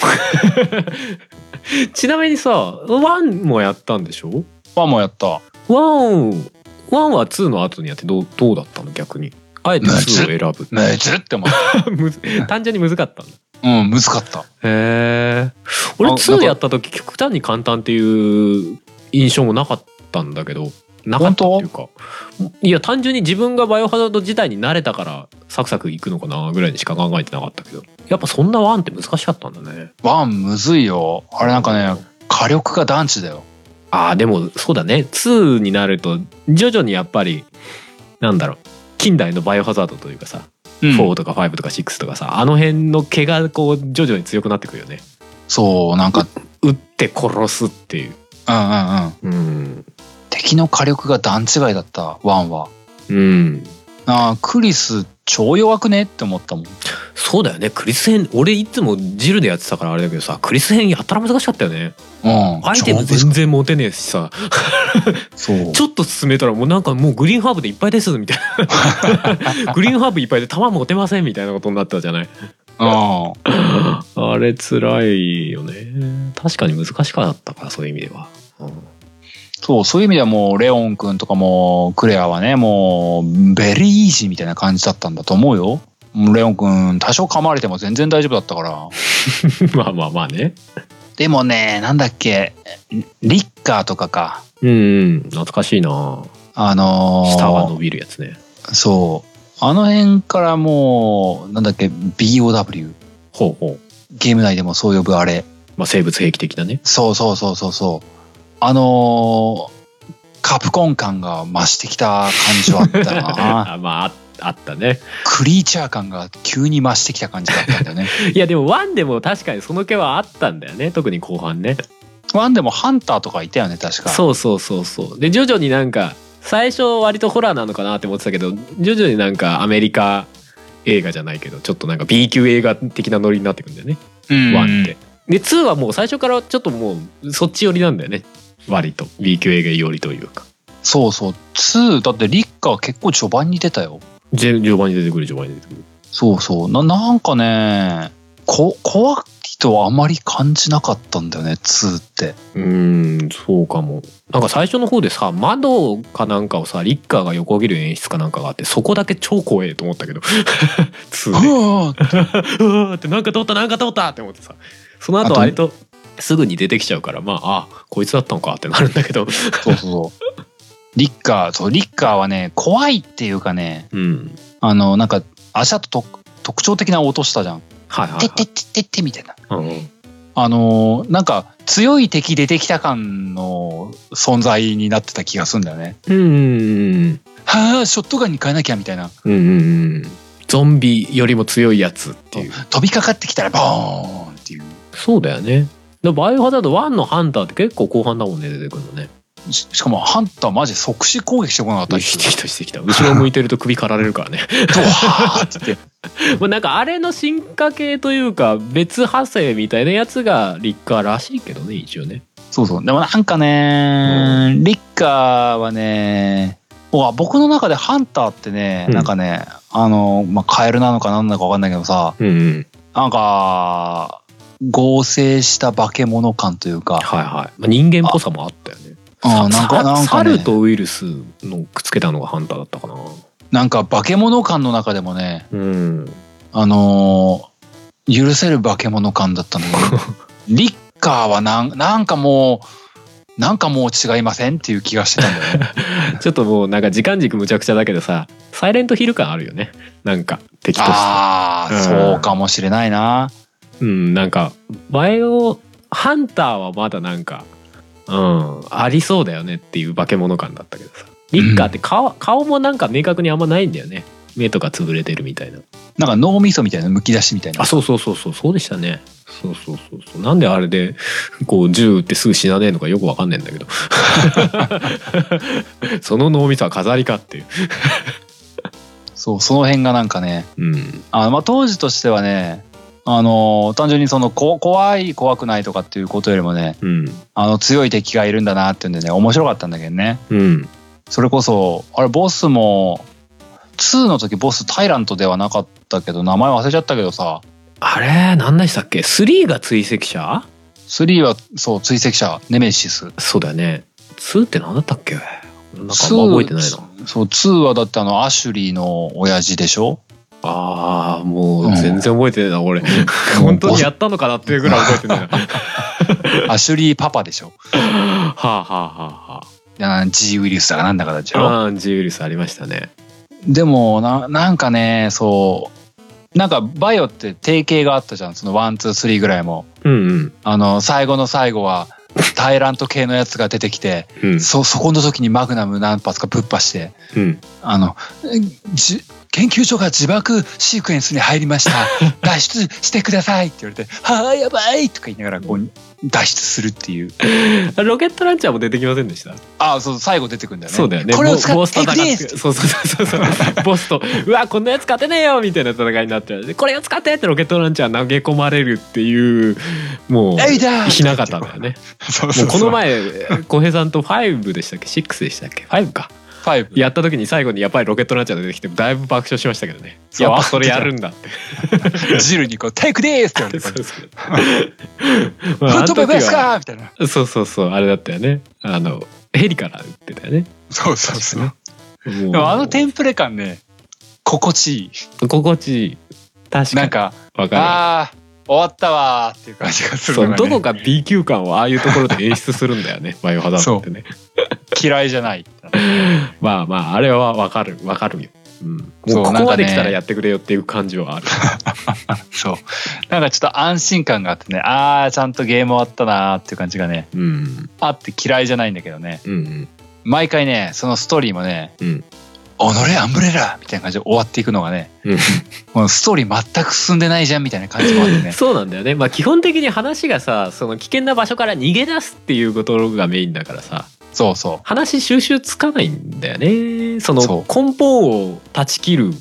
ちなみにさ、ワンもやったんでしょ？ ワンもやった。 ワン、ワンはツーの後にやってどう、どうだったの逆に。あえてツーを選ぶ。 むずって思った単純に難かったんだ。 うん、難かった。 へえ。俺ツーやった時極端に簡単っていう印象もなかったんだけど。なかったっていうか、いや単純に自分がバイオハザード自体に慣れたからサクサクいくのかなぐらいにしか考えてなかったけど、やっぱそんなワンって難しかったんだね。 ワンむずいよ。あれなんかね、火力が団地だよ。 あーでもそうだね、ツーになると徐々にやっぱりなんだろう、近代のバイオハザードというかさ、うん、フォーとかファイブとかシックスとかさ、あの辺の毛がこう徐々に強くなってくるよね。そう、なんか撃って殺すっていう。うんうんうん。うん。敵の火力が段違いだったワンは。うん。ああ、クリス超弱くねって思ったもん。そうだよね、クリス編俺いつもジルでやってたからあれだけどさ、クリス編やったら難しかったよね。うん。アイテム全然持てねえしさ。そうちょっと進めたらもうなんかもうグリーンハーブでいっぱいですみたいな。グリーンハーブいっぱいで弾持てませんみたいなことになったじゃない。ああれ辛いよね。確かに難しかったから、そういう意味では。うん、そうそういう意味ではもうレオン君とかもクレアはね、もうベリーイージーみたいな感じだったんだと思うよ。レオン君多少噛まれても全然大丈夫だったから。まあまあまあね。でもね、なんだっけ、リッカーとかか。うん、懐かしいな。あのー、下が伸びるやつね。そう。あの辺からもうなんだっけ ビーオーダブリュー。ほうほう。ゲーム内でもそう呼ぶあれ。まあ生物兵器的なね。そうそうそうそうそう。あのー、カプコン感が増してきた感じはあったな。あ、まああったね。クリーチャー感が急に増してきた感じだったんだよね。いやでもワンでも確かにその気はあったんだよね、特に後半ね。ワンでもハンターとかいたよね確か。そうそうそうそう。で徐々になんか最初割とホラーなのかなって思ってたけど、徐々になんかアメリカ映画じゃないけどちょっとなんか B 級映画的なノリになってくんだよね、 うん、 ワンって。でツーはもう最初からちょっともうそっち寄りなんだよね、割と B 級映画寄りというか。 そうそう、ツーだってリッカー結構序盤に出たよ。 序盤に出てくる序盤に出てくる。 そうそう、ななんかねこ怖いとあまり感じなかったんだよねツーって。 うーんそうかも。なんか最初の方でさ窓かなんかをさリッカーが横切る演出かなんかがあってそこだけ超怖えと思ったけどツーでうわーってなんか通ったなんか通ったって思ってさ、その後割とすぐに出てきちゃうからまああこいつだったのかってなるんだけどそうそうそうリッカーそうリッカーはね怖いっていうかね、うん、あのなんか足跡と特徴的な音したじゃん。はいはいはい、てってってってってみたいな、うん、あのなんか強い敵出てきた感の存在になってた気がするんだよね。うん、はあショットガンに変えなきゃみたいな、うんうん、 ゾンビよりも強いやつっていう、 飛びかかってきたらボーンっていう。 そうだよね。でバイオハザードワンのハンターって結構後半だもんね出てくるのね。 し, しかもハンターマジ即死攻撃してこなかったりしてきたしてきた後ろ向いてると首刈られるからねドワーってもうなんかあれの進化系というか別派生みたいなやつがリッカーらしいけどね一応ね。 そうそうでもなんかね、うん、リッカーはね僕の中でハンターってね、うん、なんかねあの、まあ、カエルなのか何なのか分かんないけどさ、うんうん、なんか合成した化け物感というか、はいはい、 まあ、人間っぽさもあったよね。あなんかなんかね、猿とウイルスのくっつけたのがハンターだったかな。 なんか化け物感の中でもね、うん、あのー、許せる化け物感だったんだけどリッカーはなんなんかもうなんかもう違いませんっていう気がしてたんだよねちょっともうなんか時間軸むちゃくちゃだけどさサイレントヒル感あるよねなんか敵として。 ああ、うん、そうかもしれないな。 うんなんかバイオハンターはまだなんかうん、ありそうだよねっていう化け物感だったけどさリッカーって 顔,、うん、顔もなんか明確にあんまないんだよね。目とか潰れてるみたいな、 なんか脳みそみたいなむき出しみたいな。 あそうそうそうそうそうでしたね。そうそうそうそうなんであれでこう銃撃ってすぐ死なねえのかよくわかんねえんだけどその脳みそは飾りかっていうそうその辺がなんかね、うん、あまあ当時としてはねあの単純にそのこ怖い怖くないとかっていうことよりもね、うん、あの強い敵がいるんだなっていうんでね面白かったんだけどね、うん、それこそあれボスもツーの時ボスタイラントではなかったけど名前忘れちゃったけどさあれ何でしたっけ。スリーが追跡者。 スリーはそう追跡者ネメシス。 そうだよね。ツーって何だったっけ。なんかあんま覚えてないな。 そうツーはだってあのアシュリーの親父でしょ。 ああもう全然覚えてないな、うん、俺本当にやったのかなっていうぐらい覚えてないなアシュリーパパでしょはあはあはあはあ G ウイルスだかなんだかだっちゃろ。 ああ G ウイルスありましたね。 でも な, なんかねそうなんかバイオって定型があったじゃんそのワンツースリーぐらいも、うんうん、あの最後の最後はタイラント系のやつが出てきて、うん、そ, そこの時にマグナム何発かぶっ破して、うん、あのじ研究所が自爆シークエンスに入りました脱出してくださいって言われてはあやばいとか言いながらこう脱出するっていうロケットランチャーも出てきませんでした。 ああそう最後出てくるんだよね。 そうだよね。これを使ってテイクです。そうそうそうそうボスとうわこんなやつ勝てねえよみたいな戦いになって、これを使ってってロケットランチャー投げ込まれるっていうもうひな形だよね。そうそうそうもうこの前小平さんとファイブでしたっけシックスでしたっけファイブかファイブやった時に最後にやっぱりロケットランチャー出てきてだいぶ爆笑しましたけどね。やっぱそれやるんだってジルにこうテイクですって言われてそうそうフットベベスかみたいなそうそうそうあれだったよね。あのヘリから撃ってたよね。 そうそうそうでもあのテンプレ感ね心地いい心地いい確かになんかわかるあ終わったわっていう感じがするのが、ね、 そうどこか B 級感をああいうところで演出するんだよねバイオハザードってね嫌いじゃないまあまああれはわかるわかるよ、うん、もうここまで来たらやってくれよっていう感じはあるそうなんかちょっと安心感があってねあーちゃんとゲーム終わったなーっていう感じがね、うん、あって嫌いじゃないんだけどね、うんうん、毎回ねそのストーリーもね、うんおのれアンブレラみたいな感じで終わっていくのがね、うん、もうストーリー全く進んでないじゃんみたいな感じもあってねそうなんだよね。まあ基本的に話がさその危険な場所から逃げ出すっていうことがメインだからさそうそう話収集つかないんだよね。その根本を断ち切る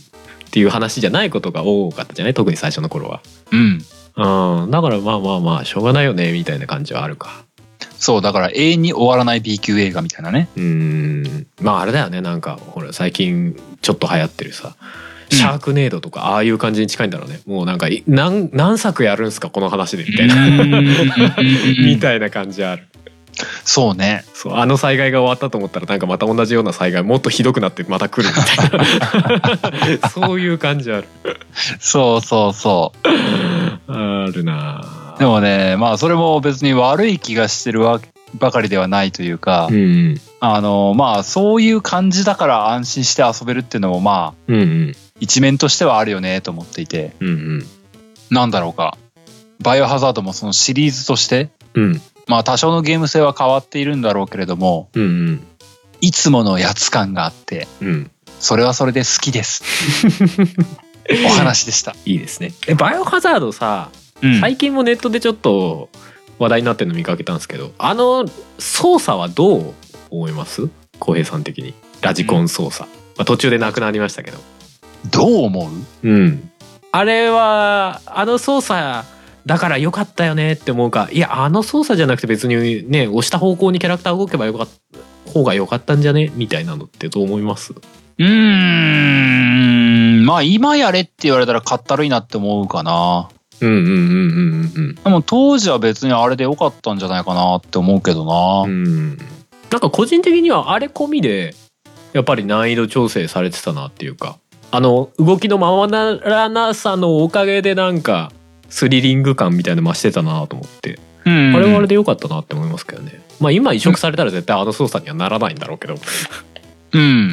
っていう話じゃないことが多かったじゃない、特に最初の頃は。 うん、 うん、だからまあまあまあしょうがないよねみたいな感じはあるか。 そうだから永遠に終わらない B 級映画みたいなね。 うーん、まああれだよね、なんかほら最近ちょっと流行ってるさ、シャークネードとかああいう感じに近いんだろうね。もうなんか何何作やるんすかこの話でみたいなみたいな感じある。 そうね。 そう、あの災害が終わったと思ったらなんかまた同じような災害もっとひどくなってまた来るみたいなそういう感じある。 そうそうそうあるな。 でもね、まあそれも別に悪い気がしてるわばかりではないというか、うん、あのまあそういう感じだから安心して遊べるっていうのもまあ、うんうん、一面としてはあるよねと思っていて、うんうん、なんだろうか、バイオハザードもそのシリーズとして、うん、まあ多少のゲーム性は変わっているんだろうけれども、うんうん、いつものやつ感があって、うん、それはそれで好きですお話でした。 いいですね。え、バイオハザードさ、うん、最近もネットでちょっと話題になってるの見かけたんですけど、あの操作はどう思います？浩平さん的にラジコン操作、うん、まあ、途中でなくなりましたけど。 どう思う？うん。 あれはあの操作だから良かったよねって思うか、いやあの操作じゃなくて別にね押した方向にキャラクター動けばよかった方が良かったんじゃねみたいなのってどう思います？ うーん、まあ今やれって言われたらかったるいなって思うかな。うんうんうんうんうん。でも当時は別にあれで良かったんじゃないかなって思うけどな。うん。 なんか個人的にはあれ込みでやっぱり難易度調整されてたなっていうか、あの動きのままならなさのおかげでなんかスリリング感みたいなの増してたなと思って、うんうん、あれはあれで良かったなって思いますけどね。まあ今移植されたら絶対あの操作にはならないんだろうけど。 うん、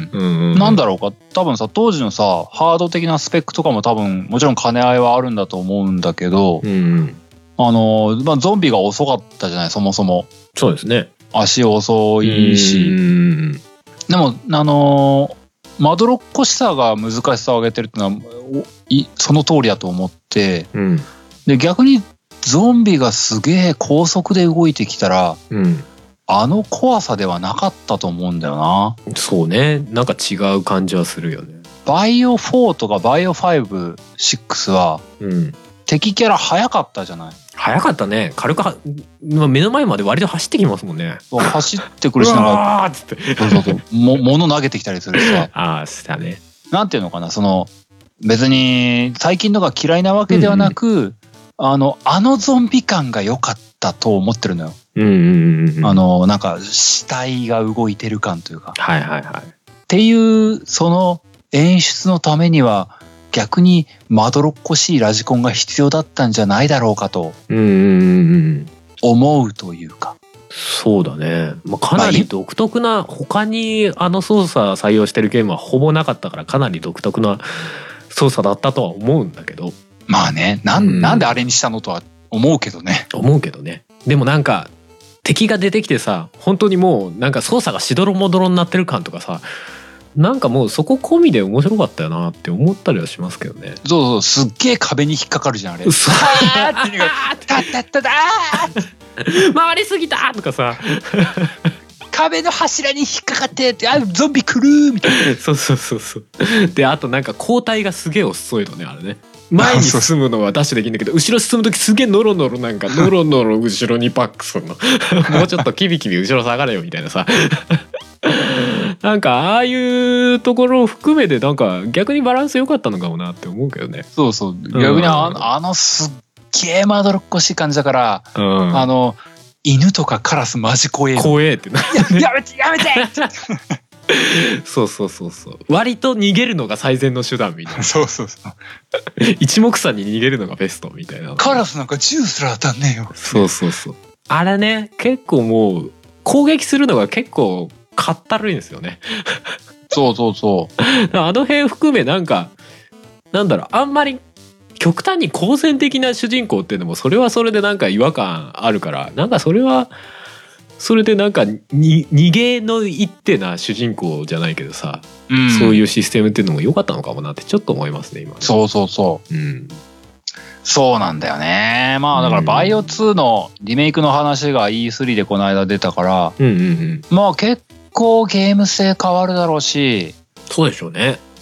うんうんうん、なんだろうか、多分さ当時のさハード的なスペックとかも多分もちろん兼ね合いはあるんだと思うんだけど、うんうん、あのまあゾンビが遅かったじゃない、そもそも。 そうですね、 足遅いし。うん、でもあのまどろっこしさが難しさを上げてるっていうのはその通りだと思って、うん、で逆にゾンビがすげえ高速で動いてきたら、うん、あの怖さではなかったと思うんだよな。 そうね、なんか違う感じはするよね。 バイオフォーとかバイオファイブ、シックスは、うん、敵キャラ速かったじゃない。 速かったね。軽くは目の前まで割と走ってきますもんね。 走ってくるし、なんかっつってそうそうそうも物投げてきたりするしさ。 ああしたね。 なんていうのかな、その別に最近のが嫌いなわけではなく、うん、あのあのゾンビ感が良かったと思ってるのよ。うんうんうんうん、あのなんか死体が動いてる感というか、はいはいはい、っていうその演出のためには逆にまどろっこしいラジコンが必要だったんじゃないだろうかと思うというか。 そうだね、まあ、かなり独特な、他にあの操作採用してるゲームはほぼなかったからかなり独特な操作だったとは思うんだけど、 まあね、な ん, なんであれにしたのとは思うけどね思うけどね。でもなんか敵が出てきてさ、本当にもうなんか操作がしどろもどろになってる感とかさ、なんかもうそこ込みで面白かったよなって思ったりはしますけどね。 そうそう、すっげえ壁に引っかかるじゃんあれ。そうあーってタッタッタダー回りすぎたとかさ壁の柱に引っかかってってあゾンビ来るみたいな。 そうそうそうそう。であとなんか交代がすげえ遅いのねあれね。前に進むのはダッシュできるんだけど後ろ進む時すげえノロノロなんかノロノロ後ろにバックするのもうちょっとキビキビ後ろ下がれよみたいなさなんかああいうところを含めてなんか逆にバランス良かったのかもなって思うけどね。 そうそう、逆にあの、あのすっげえまどろっこしい感じだから、うん、あの犬とかカラスマジ怖え怖えってなや, やめてやめてそうそうそうそう、割と逃げるのが最善の手段みたいな。 そうそうそう一目散に逃げるのがベストみたいな。 カラスなんか銃すら当たんねえよ。 そうそうそう、あれね結構もう攻撃するのが結構かったるいんですよねそうそうそう、 あの辺含めなんかなんだろう、あんまり極端に好戦的な主人公っていうのもそれはそれでなんか違和感あるから、なんかそれはそれでなんかに逃げの一手な主人公じゃないけどさ、うん、そういうシステムっていうのも良かったのかもなってちょっと思いますね今ね。 そうそうそう、うん、そうなんだよね。まあだからバイオツーのリメイクの話が イースリー でこの間出たから、うんうんうん、まあ結構ゲーム性変わるだろうし。 そうでしょうね。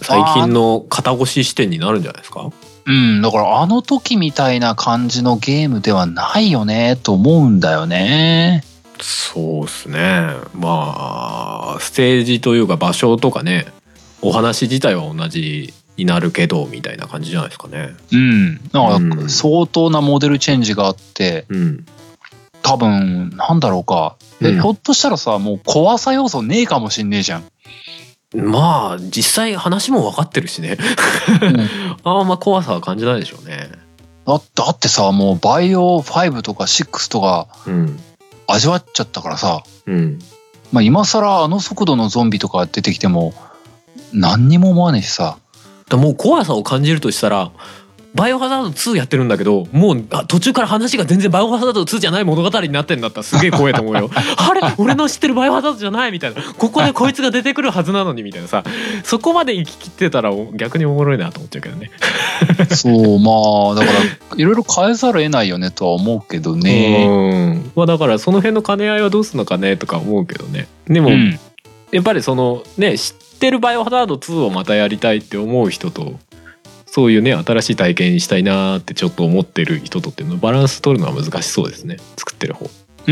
最近の肩越し視点になるんじゃないですか。 うん、だからあの時みたいな感じのゲームではないよねと思うんだよね。 そうですね。まあステージというか場所とかね、お話自体は同じになるけどみたいな感じじゃないですかね。 うん、なんか相当なモデルチェンジがあって、うん、多分なんだろうか、うん、ひょっとしたらさ、もう怖さ要素ねえかもしんねえじゃん。 まあ実際話も分かってるしね、うん、あんま怖さは感じないでしょうね。 だ, だってさ、もうバイオファイブとかシックスとか味わっちゃったからさ、うん、まあ今更あの速度のゾンビとか出てきても何にも思わねえしさ。 もう怖さを感じるとしたらバイオハザードツーやってるんだけど、もう途中から話が全然バイオハザードツーじゃない物語になってんだったらすげえ怖いと思うよ。あれ俺の知ってるバイオハザードじゃないみたいな、ここでこいつが出てくるはずなのにみたいなさ、そこまで生き切ってたら逆におもろいなと思っちゃうけどね。 そう、まあだからいろいろ変えざるを得ないよねとは思うけどね。 うん、まあだからその辺の兼ね合いはどうするのかねとか思うけどね。でも、うん、やっぱりそのね、知ってるバイオハザードツーをまたやりたいって思う人と、そういうね新しい体験したいなーってちょっと思ってる人とっていうのバランス取るのは難しそうですね、作ってる方。 うん、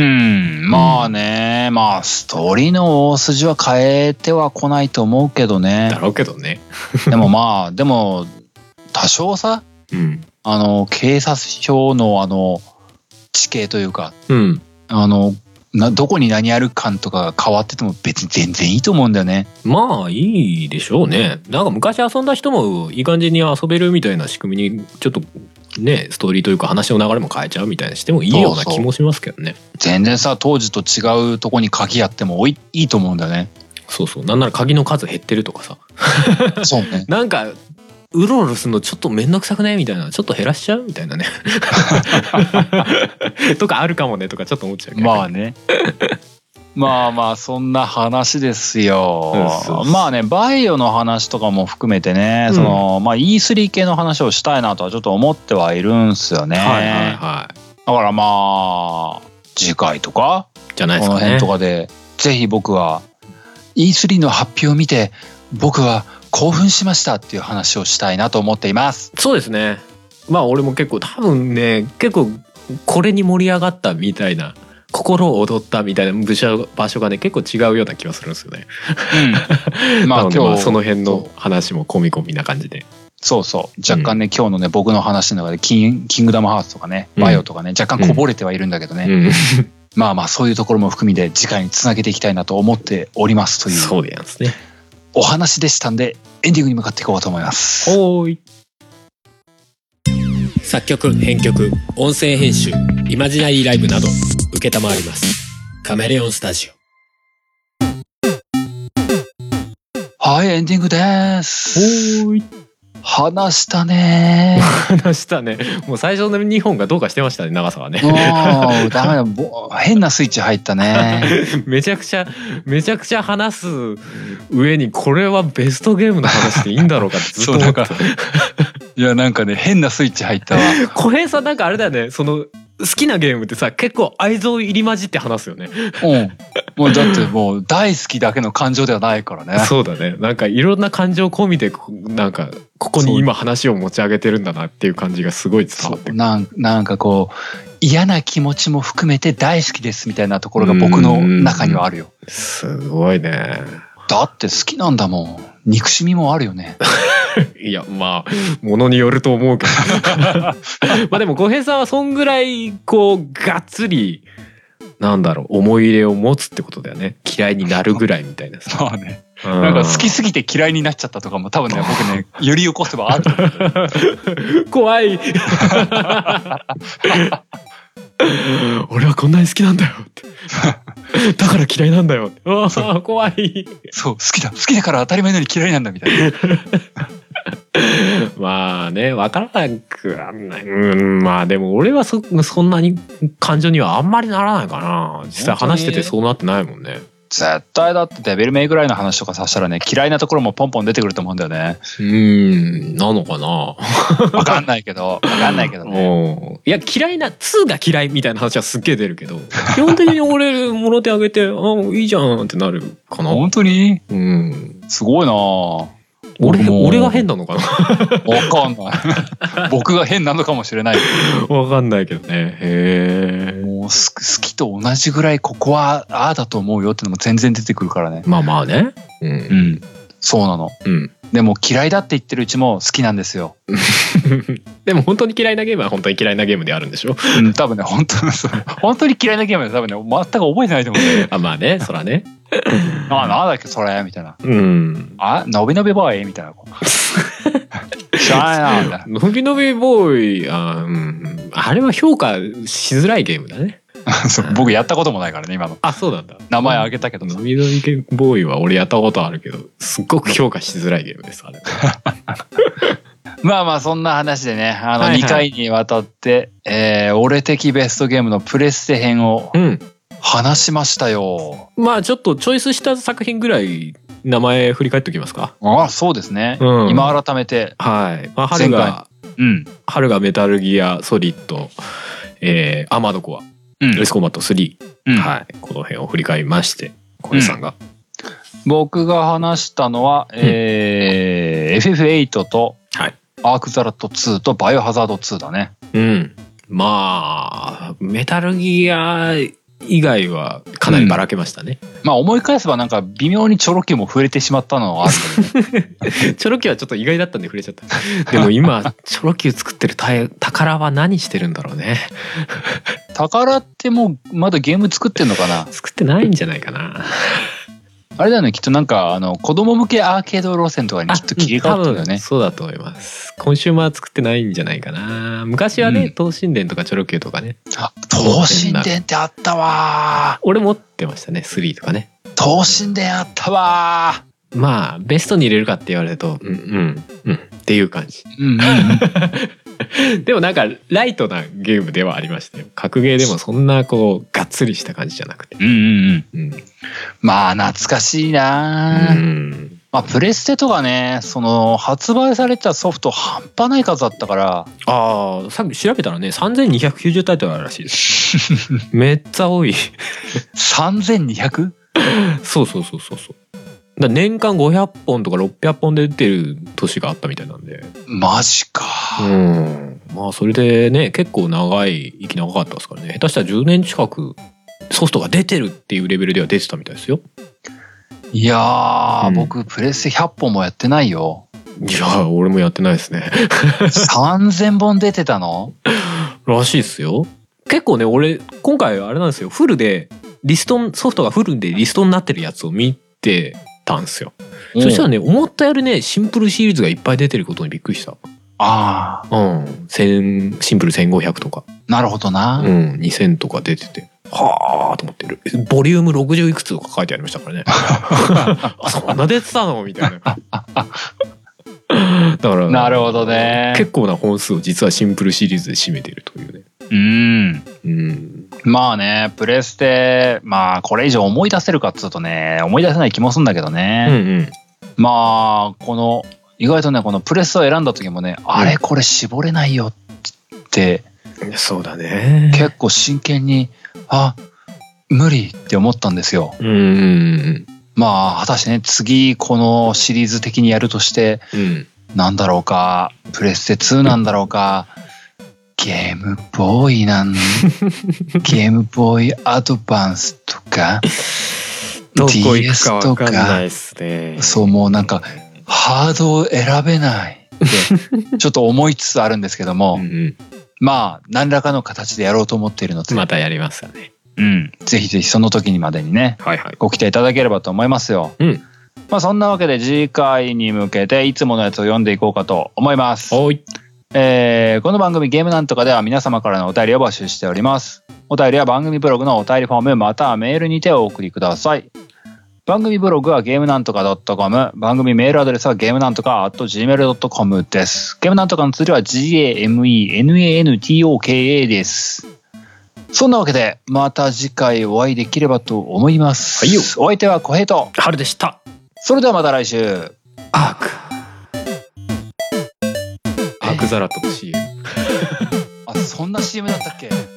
まあね、うん、まあストーリーの大筋は変えてはこないと思うけどね。 だろうけどね。 でもまあでも多少さ、うん、あの警察署のあの地形というか、うん、あのなどこに何あるかとかが変わってても別に全然いいと思うんだよね。 まあいいでしょうね。なんか昔遊んだ人もいい感じに遊べるみたいな仕組みにちょっとね、ストーリーというか話の流れも変えちゃうみたいにしてもいいような気もしますけどね。 そうそう、全然さ当時と違うとこに鍵あってもいいと思うんだよね。 そうそう、なんなら鍵の数減ってるとかさ。 そうね。 なんかうろうろするのちょっと面倒くさくねみたいな、ちょっと減らしちゃうみたいなね。とかあるかもねとかちょっと思っちゃうけど。 まあね。まあまあそんな話ですよ。そうそう、まあねバイオの話とかも含めてね、うん、そのまあ イースリー 系の話をしたいなとはちょっと思ってはいるんすよね。はいはいはい。だからまあ次回とかじゃないですかね、 この辺とかでぜひ僕は イースリー の発表を見て僕は興奮しましたっていう話をしたいなと思っています。 そうですね。まあ俺も結構多分ね、結構これに盛り上がったみたいな、心を躍ったみたいな場所場所がね結構違うような気がするんですよね。うん、まあ今日その辺の話も込み込みな感じで。 そうそう、若干ね、うん、今日のね僕の話の中でキン、キングダムハーツとかねバイオとかね、うん、若干こぼれてはいるんだけどね、うん、まあまあそういうところも含みで次回につなげていきたいなと思っておりますという。 そうでやんすね。 お話でしたんでエンディングに向かっていこうと思います。 おーい。作曲編曲音声編集イマジナリーライブなど承りますカメレオンスタジオ。はい、エンディングです。 おーい。 話したね話したね。もう最初のにほんがどうかしてましたね、長さはね。 もうダメだ、変なスイッチ入ったね。 めちゃくちゃめちゃくちゃ話す上にこれはベストゲームの話でいいんだろうかってずっと思ってた。 いやなんかね変なスイッチ入ったわ。 小平さんなんかあれだよね、その好きなゲームってさ結構愛憎入り混じって話すよね。 うん。もうだってもう大好きだけの感情ではないからね。 そうだね。なんかいろんな感情込みでなんかここに今話を持ち上げてるんだなっていう感じがすごい伝わってくる。 なんなんかこう嫌な気持ちも含めて大好きですみたいなところが僕の中にはあるよ。 すごいね。 だって好きなんだもん。憎しみもあるよね。 いやまあものによると思うけど。まあでも小平さんはそんぐらいこうがっつりなんだろう思い入れを持つってことだよね。嫌いになるぐらいみたいなさ。 まあね。なんか好きすぎて嫌いになっちゃったとかも多分ね僕ね揺り起こせばあると思う。 怖い。俺はこんなに好きなんだよってだから嫌いなんだよって。ああ怖い。 そう好きだ好きだから当たり前のように嫌いなんだみたいな。 まあね分からなくはない。うんまあでも俺は そ, そんなに感情にはあんまりならないかな。実際話しててそうなってないもんね。 絶対だってデビルメイぐらいの話とかさしたらね嫌いなところもポンポン出てくると思うんだよね。 うーんなのかな。 分かんないけど分かんないけどね。 いや嫌いなツーが嫌いみたいな話はすっげえ出るけど基本的に俺もろ手あげてあいいじゃんってなるかな。 本当にうんすごいな。 俺俺が変なのかな。 わかんない。僕が変なのかもしれない。 わかんないけどね。へえ。 もうす好きと同じぐらいここはああだと思うよってのも全然出てくるからね。 まあまあね。うん。うん、 そうなの。うん。でも嫌いだって言ってるうちも好きなんですよ。 でも本当に嫌いなゲームは本当に嫌いなゲームであるんでしょ。 うん、多分ね、本当本当に嫌いなゲームで多分ね、全く覚えてないと思う、ね。 あ、まあね、そらね。 あ、なんだっけそれみたいな。 うん。 あ、のびのびボーイみたいな。知らないなみたいな。 のびのびボーイ、あ、うん、あれは評価しづらいゲームだね。 そう僕やったこともないからね今の。 あ、そうなんだ。 名前あげたけどさ。 のびのびボーイは俺やったことあるけど、すっごく評価しづらいゲームですあれ。 まあまあそんな話でね、あのにかいにわたって、はいはい、えー、俺的ベストゲームのプレステ編を話しましたよ。 うん、まあちょっとチョイスした作品ぐらい名前振り返っておきますか。 ああ、そうですね。うん、今改めて。 はい。まあ、春が、うん、春がメタルギアソリッド、えー、アーマードコア。うん、エスコンバットスリー、うん、はい、この辺を振り返りまして、小西さんが、 うん、僕が話したのは、うん、えー、エフエフエイト と、はい、アークザラットツーとバイオハザードツーだね。 うん、まあメタルギア以外はかなりばらけましたね。 うん、まあ思い返せばなんか微妙にチョロ Q も触れてしまったのはあるけどね。 チョロ Q はちょっと意外だったんで触れちゃった。でも今チョロ Q 作ってる宝は何してるんだろうね。 宝ってもうまだゲーム作ってんのかな。 作ってないんじゃないかな。 あれだよね、きっとなんかあの子供向けアーケード路線とかにきっと切り替わってるよね。 そうだと思います。コンシューマー作ってないんじゃないかな。昔はね、東神殿とかチョロ Q とかね。 あ、東神殿ってあったわ。 俺持ってましたね、スリーとかね。 東神殿あったわ。 まあベストに入れるかって言われると、うんうんうんっていう感じ。うんうんうん、でもなんかライトなゲームではありましたよ。格ゲーでもそんなこうがっつりした感じじゃなくて。うんうんうん。 まあ懐かしいな。うん。まあプレステとかね、その発売されたソフト半端ない数だったから。 ああ、さっき調べたらね、さんぜんにひゃくきゅうじゅうタイトルあるらしいです。めっちゃ多い。 さんぜんにひゃく？ そうそうそうそうそう。だ年間ごひゃっぽんとかろっぴゃっぽんで出てる年があったみたいなんで。 マジか。 うん。まあそれでね、結構長い生き長かったですからね。下手したらじゅうねん近くソフトが出てるっていうレベルでは出てたみたいですよ。 いやー、うん、僕プレステひゃっぽんもやってないよ。 いや俺もやってないですね。 さんぜんぼん出てたの？ らしいですよ。結構ね、俺今回あれなんですよ。フルでリストソフトがフルでリストになってるやつを見てたんですよ。そしたらね、思ったよりねシンプルシリーズがいっぱい出てることにびっくりした。ああ、うん、シンプルせんごひゃくとか。 なるほどな。 うん、にせんとか出てて、はあと思ってる。ボリュームろくじゅういくつとか書いてありましたからね。あ、そんな出てたのみたいな。だからなるほどね。 結構な本数を実はシンプルシリーズで占めてるというね。うん、 うん、まあね、プレステ、まあこれ以上思い出せるかっつうとね、思い出せない気もするんだけどね。うんうん、まあこの意外とね、このプレスを選んだ時もね、うん、あれこれ絞れないよって、 そうだね、 結構真剣にあ無理って思ったんですよ。うん、まあ果たしてね、次このシリーズ的にやるとして、うん、なんだろうか、プレステツーなんだろうか、ゲームボーイなんゲームボーイアドバンスとかどこ行くか分かんないっすね。 そう、もうなんかハードを選べないってちょっと思いつつあるんですけども、うんうん、まあ何らかの形でやろうと思っているので、 またやりますよね。 うん、ぜひぜひその時にまでにね、はいはい、ご期待いただければと思いますよ。うん、まあそんなわけで次回に向けていつものやつを読んでいこうかと思います。はい。えー、この番組ゲームなんとかでは皆様からのお便りを募集しております。お便りは番組ブログのお便りフォームまたはメールにてお送りください。番組ブログはゲームなんとか .com、 番組メールアドレスはゲームなんとか アットジーメールドットコム です。ゲームなんとかの綴りは ジーエーエムイーエヌエーエヌティーオーケーエー です。そんなわけでまた次回お会いできればと思います。はいよ。お相手は小平と春でした。 それではまた来週。 アークアークザラットの シーエムあ、そんな シーエム だったっけ。